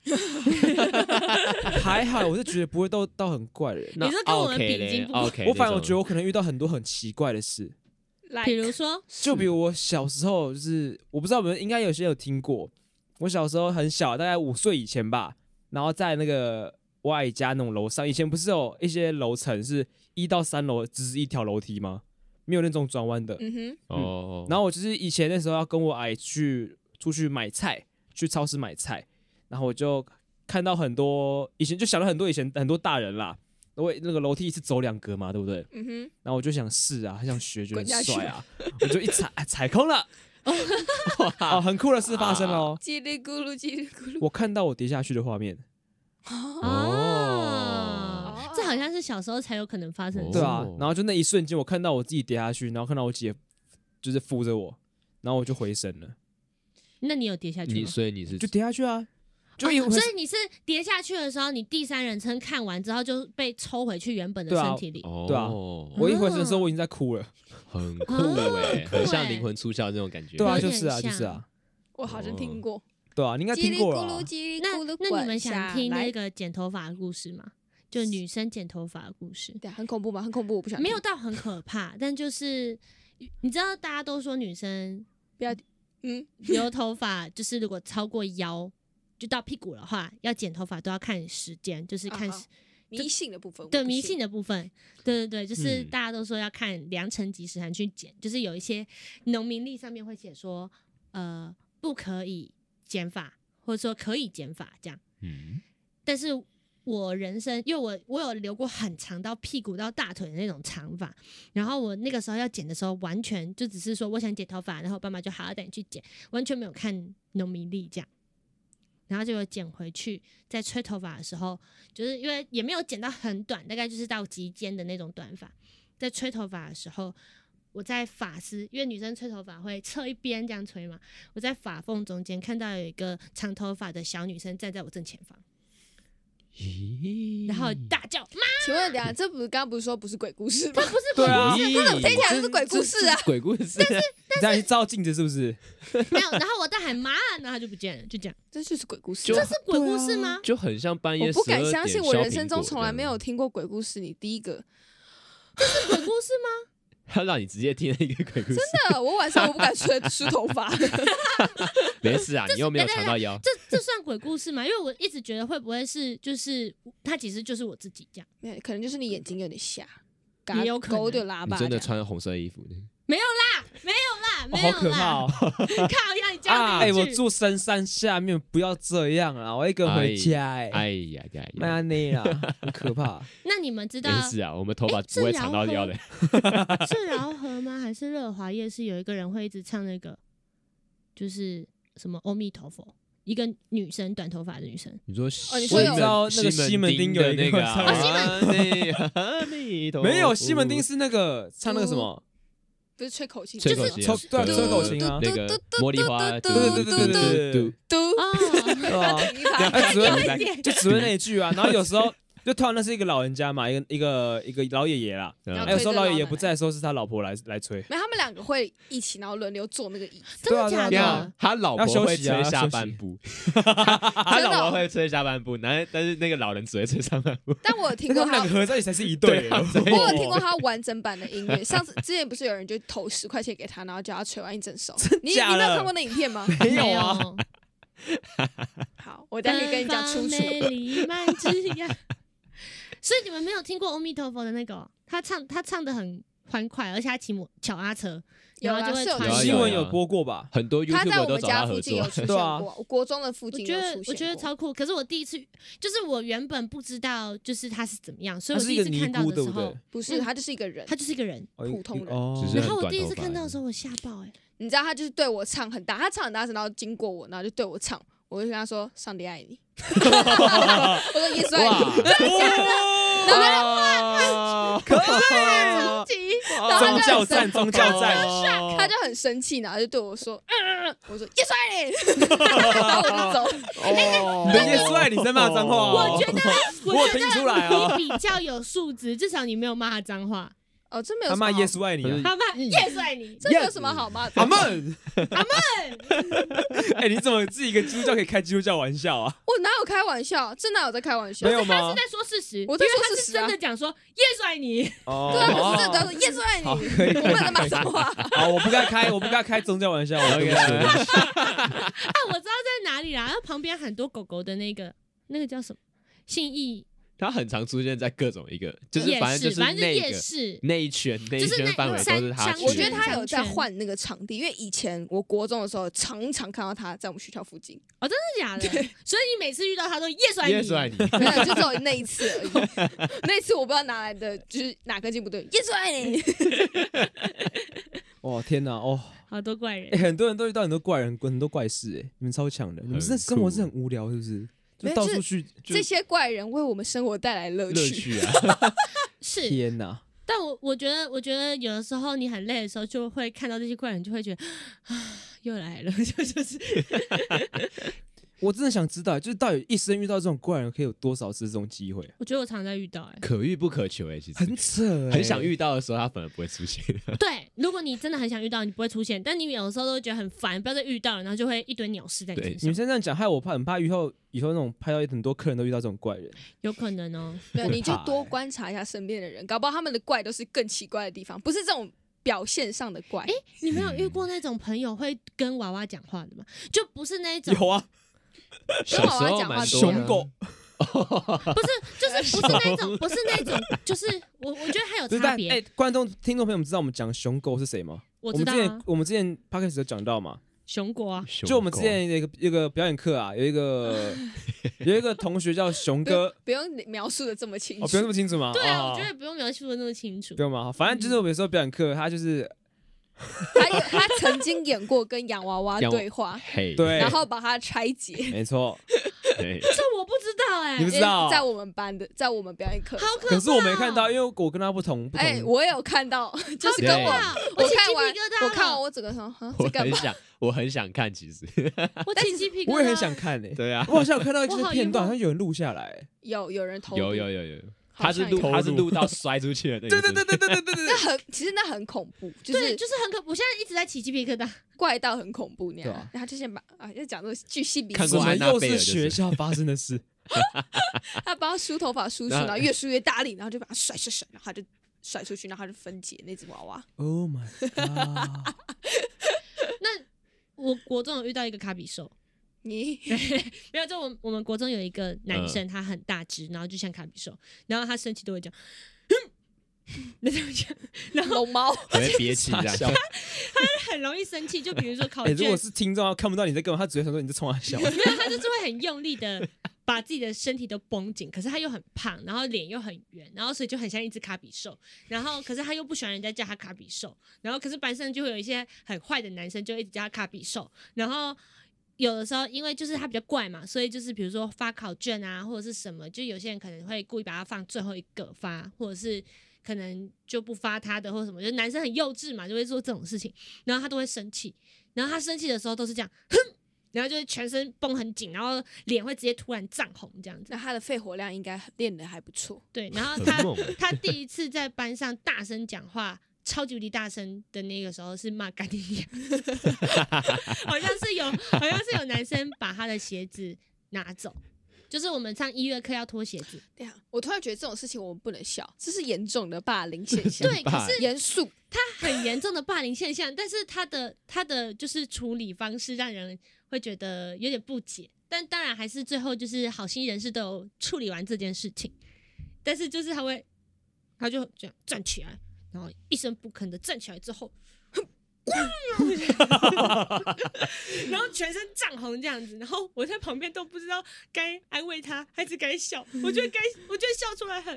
还好，我是觉得不会到很怪人。 你说跟我们比已经不我反而觉得我可能遇到很多很奇怪的事， 比如说， 就比如我小时候，就是我不知道你们应该有些有听过，我小时候很小，大概5岁以前吧，然后在那个我阿姨家那种楼上，以前不是有一些楼层是1到3楼只是一条楼梯吗？没有那种转弯的。然后我就是以前那时候要跟我阿姨出去买菜，去超市买菜，然后我就看到很多以前就想了很多以前很多大人啦，因为那个楼梯一次走2格嘛，对不对？然后我就想试啊，很想学，觉得很帅啊，我就一踩空了。 哦，很酷的事发生了哦！ 叽里咕噜叽里咕噜。 我看到我跌下去的画面。 这好像是小时候才有可能发生的事。 对啊，然后就那一瞬间，我看到我自己跌下去，然后看到我姐就是扶着我，然后我就回神了。 那你有跌下去吗？ 所以你是就跌下去啊， 所以你是跌下去的时候，你第三人称看完之后就被抽回去原本的身体里。 对啊，我一回神的时候我已经在哭了， 很酷哎，很像灵魂出窍这种感觉。 对啊，就是啊， 我好像听过。 对啊，你应该听过了。 那你们想听那个剪头发的故事吗？就女生剪头发的故事。 对，很恐怖吗？很恐怖，我不想听。 没有到很可怕，但就是你知道，大家都说女生不要留头发，就是如果超过腰就到屁股的话，要剪头发都要看时间，就是看迷信的部分。 对，迷信的部分，对，就是大家都说要看良辰吉时还去剪，就是有一些农民历上面会写说，不可以剪发，或者说可以剪发这样。但是我人生，因为我有留过很长到屁股到大腿的那种长发，然后我那个时候要剪的时候，完全就只是说我想剪头发，然后我爸妈就好带你去剪，完全没有看农民历这样。然后就有剪回去，在吹头发的时候，就是因为也没有剪到很短，大概就是到及肩的那种短发。在吹头发的时候，我在发丝，因为女生吹头发会侧一边这样吹嘛，我在发缝中间看到有一个长头发的小女生站在我正前方，然后大叫妈！ 请问等下，这不是刚刚不是说不是鬼故事吗？ 这不是鬼故事， 这怎么听起来就是鬼故事啊？ 鬼故事， 你在照镜子是不是？ 没有，然后我在喊妈，然后他就不见了，就这样。 这就是鬼故事。 这是鬼故事吗？ 就很像半夜。 我不敢相信，我人生中从来没有听过鬼故事。你第一个， 这是鬼故事吗？ 他让你直接听了一个鬼故事， 真的，我晚上我不敢梳头发。 没事啊，你又没有抢到腰。 这算鬼故事吗？因为我一直觉得会不会是就是他其实就是我自己这样， 可能就是你眼睛有点瞎， 也有可能勾的喇叭。 你真的穿红色衣服的？ 没有啦，没有啦， 好可怕哦！ 靠呀，你这样我住深山下面，不要这样啊！我一个人回家哎呀， 那你啦，很可怕。 那你们知道？ 没事啊，我们头发不会长到腰的。 是饶河吗？还是乐华夜市有一个人会一直唱那个，就是什么阿弥陀佛？一个女生，短头发的女生。 你说你说有那个西门町有一个没有西门町是那个唱那个什么？ 不是吹口琴， 吹口琴， 吹口琴啊， 那个茉莉花， 对，就只会那一句啊。然后有时候就突然那是一个老人家嘛，一个老爷爷啦。有时候老爷爷不在的时候，是他老婆来吹。 没有，他们两个会一起，然后轮流坐那个椅子。 真的假的？ 他老婆会吹下半部，他老婆会吹下半部，但是那个老人只会吹上半部。 但我有听过他们两个合在一起才是一对。 我有听过他完整版的音乐。之前不是有人就投10块钱给他，然后叫他吹完一整首。你没有看过那影片吗？ 没有啊。 好，我等下可以跟你讲出处。 所以你们没有听过阿弥陀佛的那个？他唱的很欢快，而且他骑脚踏车，然后就会传新闻有播过吧？ 很多 YouTuber 都找他合作。 对啊，我国中的附近有出现过。 我觉得超酷。可是我第一次，就是我原本不知道，就是他是怎么样，所以我第一次看到的时候， 不是他就是一个人， 他就是一个人， 普通人。 然后我第一次看到的时候，我吓爆哎！ 你知道他就是对我唱很大，他唱很大声，然后经过我，然后就对我唱，我就跟他说：“上帝爱你。”我说：“耶稣爱你。”真的假的？然后他就哇，可以，宗教战，他就很生气，然后就对我说：“我说耶稣爱你。”然后我就走。 你的耶稣爱你在骂脏话？ 我觉得听出来啊， 你比较有素质，至少你没有骂他脏话。 哦，这没有。 他骂耶稣爱你， 他骂耶稣爱你， 这有什么好骂的？ 阿门，阿门。哎，你怎么自己一个基督教可以开基督教玩笑啊？ 我哪有开玩笑？这哪有在开玩笑？ 没有吗？ 他是在说事实， 我在说事实啊。他是真的讲说耶稣爱你。 对啊，我是真的说耶稣爱你。我不能在骂脏话。 好，我不该开宗教玩笑。 我知道在哪里啦，然后旁边很多狗狗的那个叫什么？信义。 他很常出现在各种就是反正就是那一圈范围都是他。 我觉得他有在换那个场地，因为以前我国中的时候常常看到他在我们学校附近。 哦，真的假的？所以你每次遇到他都耶稣爱你， 没有，就只有那一次而已。那一次我不知道哪来的，就是哪根筋不对，耶稣爱你。 哦天哪，哦， 好多怪人。 很多人都遇到很多怪人，很多怪事，你们超强的，你们这生活是很无聊，是不是？就到处去， 这些怪人为我们生活带来乐趣啊！ 是天哪！ 但我觉得有的时候你很累的时候，就会看到这些怪人，就会觉得啊，又来了，就是。 我真的想知道，就是到底一生遇到这种怪人，可以有多少次这种机会？ 我觉得我常常在遇到， 可遇不可求，其实很扯， 很想遇到的时候，他反而不会出现。 对，如果你真的很想遇到，你不会出现，但你有的时候都会觉得很烦，不要再遇到了，然后就会一堆鸟事在你身上。 女生这样讲，害我很怕以后那种拍到很多客人都遇到这种怪人， 有可能哦。 对，你就多观察一下身边的人，搞不好他们的怪都是更奇怪的地方，不是这种表现上的怪。 你没有遇过那种朋友会跟娃娃讲话的吗？就不是那一种。 有啊。 小时候蛮多熊狗， 不是，就是不是那种，不是那种，就是我觉得还有差别。 观众、听众朋友们知道我们讲熊狗是谁吗？ 我知道啊。 我们之前 podcast 有讲到嘛， 熊狗啊， 就我们之前一个表演课啊，有一个同学叫熊哥， 不用描述的这么清楚， 不用这么清楚吗？ 对啊，我觉得不用描述的那么清楚， 不用吗？反正就是我们有时候表演课，他就是。 他曾经演过跟洋娃娃对话， 对， 然后把它拆解， 没错。 这我不知道你不知道？ 在我们班的，在我们表演课， 好可怕。 可是我没看到，因为我跟他不同。 我有看到，就是跟我看完我整个说， 我很想看，其实我起鸡皮疙瘩， 我也很想看对啊， 我好像有看到一些片段，好像有人录下来， 有人投， 有。他是录到摔出去了，对， 其实那很恐怖， 就是很恐怖。我现在一直在起鸡皮疙瘩， 怪到很恐怖那样。然后就先把要讲这个巨细靡遗， 我们又是学校发生的事。 他帮他梳头发梳然后越梳越大力，然后就把他甩，然后他就甩出去，然后他就分解那只娃娃。 Oh my god！ 那我国中有遇到一个卡比兽。没有，就我们国中有一个男生，他很大只，然后就像卡比兽，然后他生气都会讲，那这样讲，然后龙猫会憋气这样， 他很容易生气，就比如说考卷， 如果是听众看不到你在干嘛，他只会想说你在冲他笑， 没有，他就是会很用力的把自己的身体都绷紧，可是他又很胖，然后脸又很圆，然后所以就很像一只卡比兽，然后可是他又不喜欢人家叫他卡比兽，然后可是班上就会有一些很坏的男生就一直叫他卡比兽，然后。有的时候，因为就是他比较怪嘛，所以就是比如说发考卷啊，或者是什么，就有些人可能会故意把它放最后一个发，或者是可能就不发他的，或者什么，就男生很幼稚嘛，就会做这种事情，然后他都会生气，然后他生气的时候都是这样，哼，然后就是全身绷很紧，然后脸会直接突然涨红这样子。 那他的肺活量应该练得还不错。 对，然后他第一次在班上大声讲话。超级无敌大声的那个时候是骂干你娘，好像是有男生把他的鞋子拿走，就是我们上音乐课要脱鞋子。 对啊，我突然觉得这种事情我们不能笑，这是严重的霸凌现象。 对，可是严肃， 他很严重的霸凌现象，但是他的就是处理方式让人会觉得有点不解。但当然还是最后就是好心人士都有处理完这件事情，但是就是他就这样站起来。然后一声不吭的站起来之后，然后全身涨红这样子，然后我在旁边都不知道该安慰他还是该笑，我觉得笑出来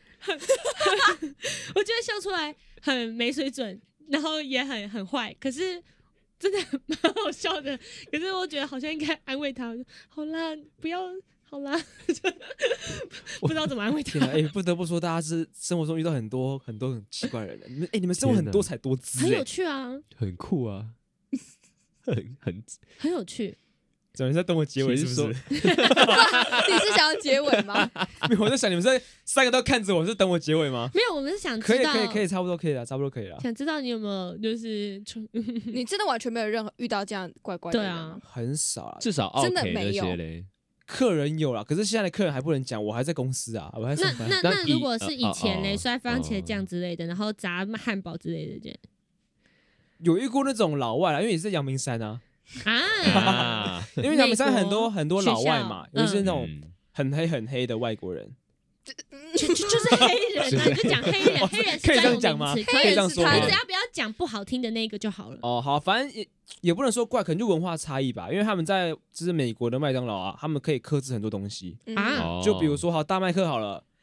我觉得笑出来很没水准，然后也很坏，可是真的蛮好笑的。可是我觉得好像应该安慰他，我就好啦，不要。好啦，不知道怎么安慰他。 不得不说，大家是生活中遇到很多很奇怪的人。你们生活很多彩多姿， 很有趣啊， 很酷啊， 很有趣。 怎么你在等我结尾是不是？ 你是想要结尾吗？ 没有，我在想你们这三个都看着我，是等我结尾吗？ 没有，我们是想知道， 可以，差不多可以了，差不多可以了。 想知道你有没有就是你真的完全没有任何遇到这样怪怪的人？对啊， 很少啊， 至少真的没有。 客人有啦，可是现在的客人还不能讲，我还在公司啊，我还在上班。 那如果是以前嘞，摔番茄酱之类的，然后砸汉堡之类的， 有遇过那种老外啦，因为也是阳明山啊，因为阳明山很多老外嘛，尤其是那种很黑的外国人。 就是黑人啊，你就讲黑人，黑人是可以这样讲吗？ 可以这样说吗？ 你只要不要讲不好听的那个就好了。 哦，好，反正也不能说怪，可能就文化差异吧。因为他们在就是美国的麦当劳啊，他们可以克制很多东西啊，就比如说好大麦克好了，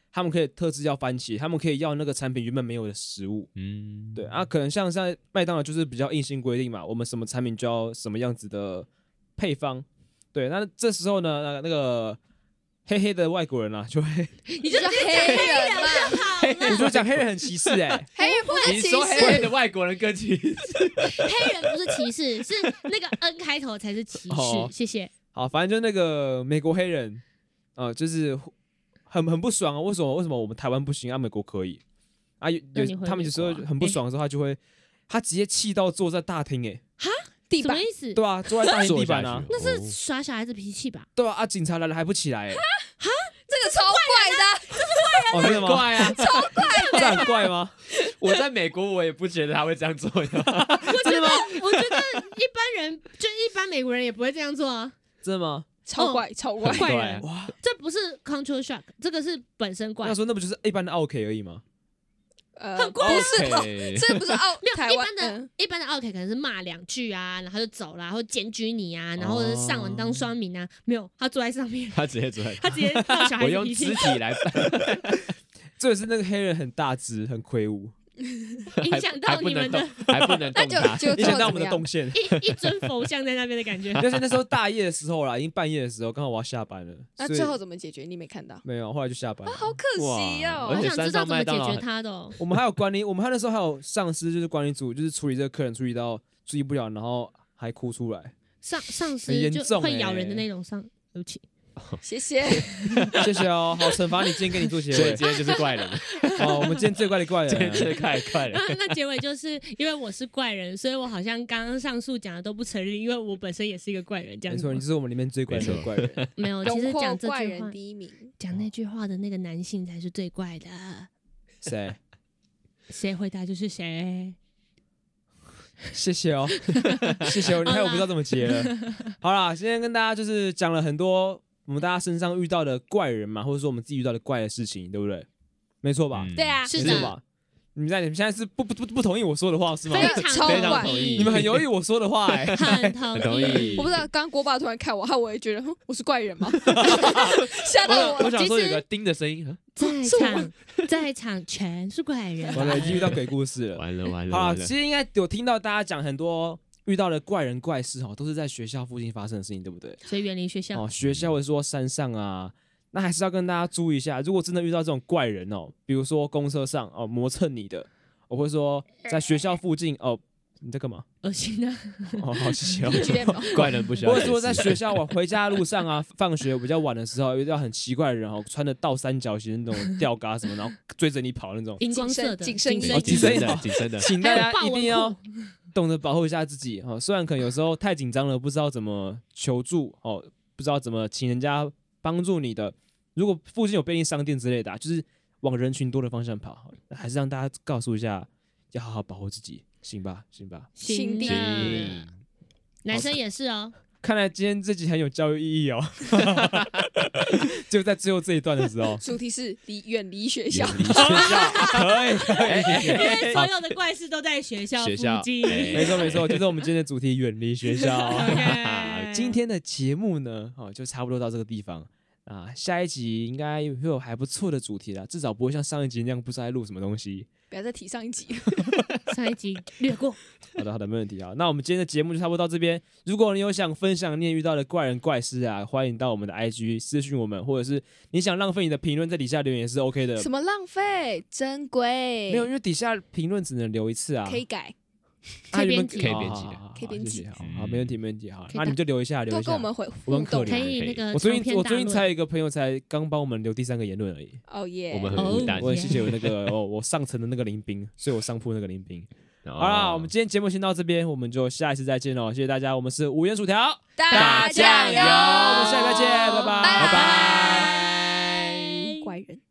他们可以特制要番茄，他们可以要那个产品原本没有的食物。对啊，可能像在麦当劳就是比较硬性规定嘛，我们什么产品就要什么样子的配方。对，那这时候呢，那个黑黑的外国人啊，就会你就讲黑人嘛， 你就讲黑人很歧视黑人不是歧你说黑视， 的外国人更歧视， 黑人不是歧视，是那个 N 开头才是歧视。谢谢。 好，反正就那个美国黑人，就是很不爽啊，为什么我们台湾不行啊，美国可以啊？他们有时候很不爽的时候，他直接气到坐在大厅地板什么意思？ 对啊，坐在大厅地板啊， 那是耍小孩子脾气吧？ 对啊，警察来了还不起来这个超怪的， 真的吗？ 怪啊， 这很怪吗？ 我在美国我也不觉得他会这样做呀。 我觉得一般人就一般美国人也不会这样做啊。 真的吗？ 超怪超怪， 怪人哇， 这不是 culture shock， 这个是本身怪那。说那不就是一般的 OK 而已吗？ 很怪不是哦， OK 这不是没有台湾一般的 OK 可能是骂2句啊，然后就走了，或检举你啊，然后或者是上文当酸民啊。没有，他坐在上面， 他直接坐在， 他直接闹小孩我用子脾气肢。体来办， 这也是那个黑人很大只很魁梧， 影响到你们的还不能动他。 就影响到我们的动线。 一尊佛像在那边的感觉。 但是那时候大夜的时候啦，已经半夜的时候，刚好我要下班了。所以那最后怎么解决？你没看到？ 没有，后来就下班了。 好可惜哦哇而且我想知道怎么解决他的哦。 我们还有管理，我们那时候还有上司，就是管理组，就是处理这个客人处理到处理不了，然后还哭出来。 上司很严就重欸会咬人的那种上，对不起。 谢谢。 谢谢哦，好，惩罚你，今天给你做结尾。 所以今天就是怪人， 哦，我们今天最怪的怪人， 今天就是怪人然。后那结尾就是因为我是怪人，所以我好像刚刚上述讲的都不成立，因为我本身也是一个怪人，这样子吗。 没错，你就是我们里面最怪的怪人。 没有，其实荣获讲这怪人句话， 第一名， 讲那句话的那个男性才是最怪的。 谁？ 谁回答就是谁。 谢谢哦，谢谢哦，你看我不知道怎么接了。好啦，今天跟大家就是讲了很多我们大家身上遇到的怪人嘛，或者说我们自己遇到的怪的事情，对不对？没错吧？ 对啊， 是的没错吧？你们现在是不同意我说的话是吗？ 非常超非常怪同意你们很犹豫我说的话很同意。 我不知道，刚刚锅爸突然看我，害我也觉得我是怪人吗？吓到我了。 我想说有个叮的声音， 在场全是怪人。 完了，已经遇到鬼故事了。 完了完了好啦， 完了其，实应该有听到大家讲很多遇到的怪人怪事都是在学校附近发生的事情，对不对？ 所以远离学校。 哦，学校或者说山上啊，那还是要跟大家注意一下，如果真的遇到这种怪人比如说公车上磨蹭你的，或者说在学校附近你在干嘛？ 恶心啊！ 好谢谢哦。 继续练吧怪人不需要解释。 或者说在学校回家的路上啊，放学比较晚的时候，遇到很奇怪的人穿着倒三角形的那种吊嘎什么，然后追着你跑那种， 荧光色的紧身衣谨慎的谨慎的， 请大家一定要还有豹纹懂得保护一下自己虽然可能有时候太紧张了，不知道怎么求助不知道怎么请人家帮助你的。如果附近有便利商店之类的就是往人群多的方向跑，还是让大家告诉一下，要好好保护自己，行吧？行吧？ 行的啊男生也是哦。 看来今天这集很有教育意义就在最后这一段的时候， 主题是远离学校， 离学校可以， 因为所有的怪事都在学校附近。 没错没错，就是我们今天的主题，远离学校。 OK 今天的节目呢，就差不多到这个地方啊。下一集应该会有还不错的主题啦，至少不会像上一集那样不知道在录什么东西。 不要再提上一集。 上一集略过。 好的，没问题啊。那我们今天的节目就差不多到这边。如果你有想分享你也遇到的怪人怪事啊，欢迎到我们的 IG 私讯我们，或者是你想浪费你的评论在底下留言也是 OK 的。 什么浪费？珍贵。 没有，因为底下评论只能留一次啊。 可以改， 可以编辑可以编辑的可以编辑好，没问题，没问题。好， 可以那你们就留一下，留一下。 多跟我们互动。 我们可怜可以那个我最近长篇大论才有一个朋友才刚帮我们留第3个言论而已。 哦耶！ 我们很孤单。 我很谢谢我那个我上层的那个林兵，所以我上铺那个林兵。 好好啦，我们今天节目先到这边，我们就下一次再见喽，谢谢大家，我们是无盐薯条大酱油， 我们下礼拜见，拜拜， 拜拜。怪人。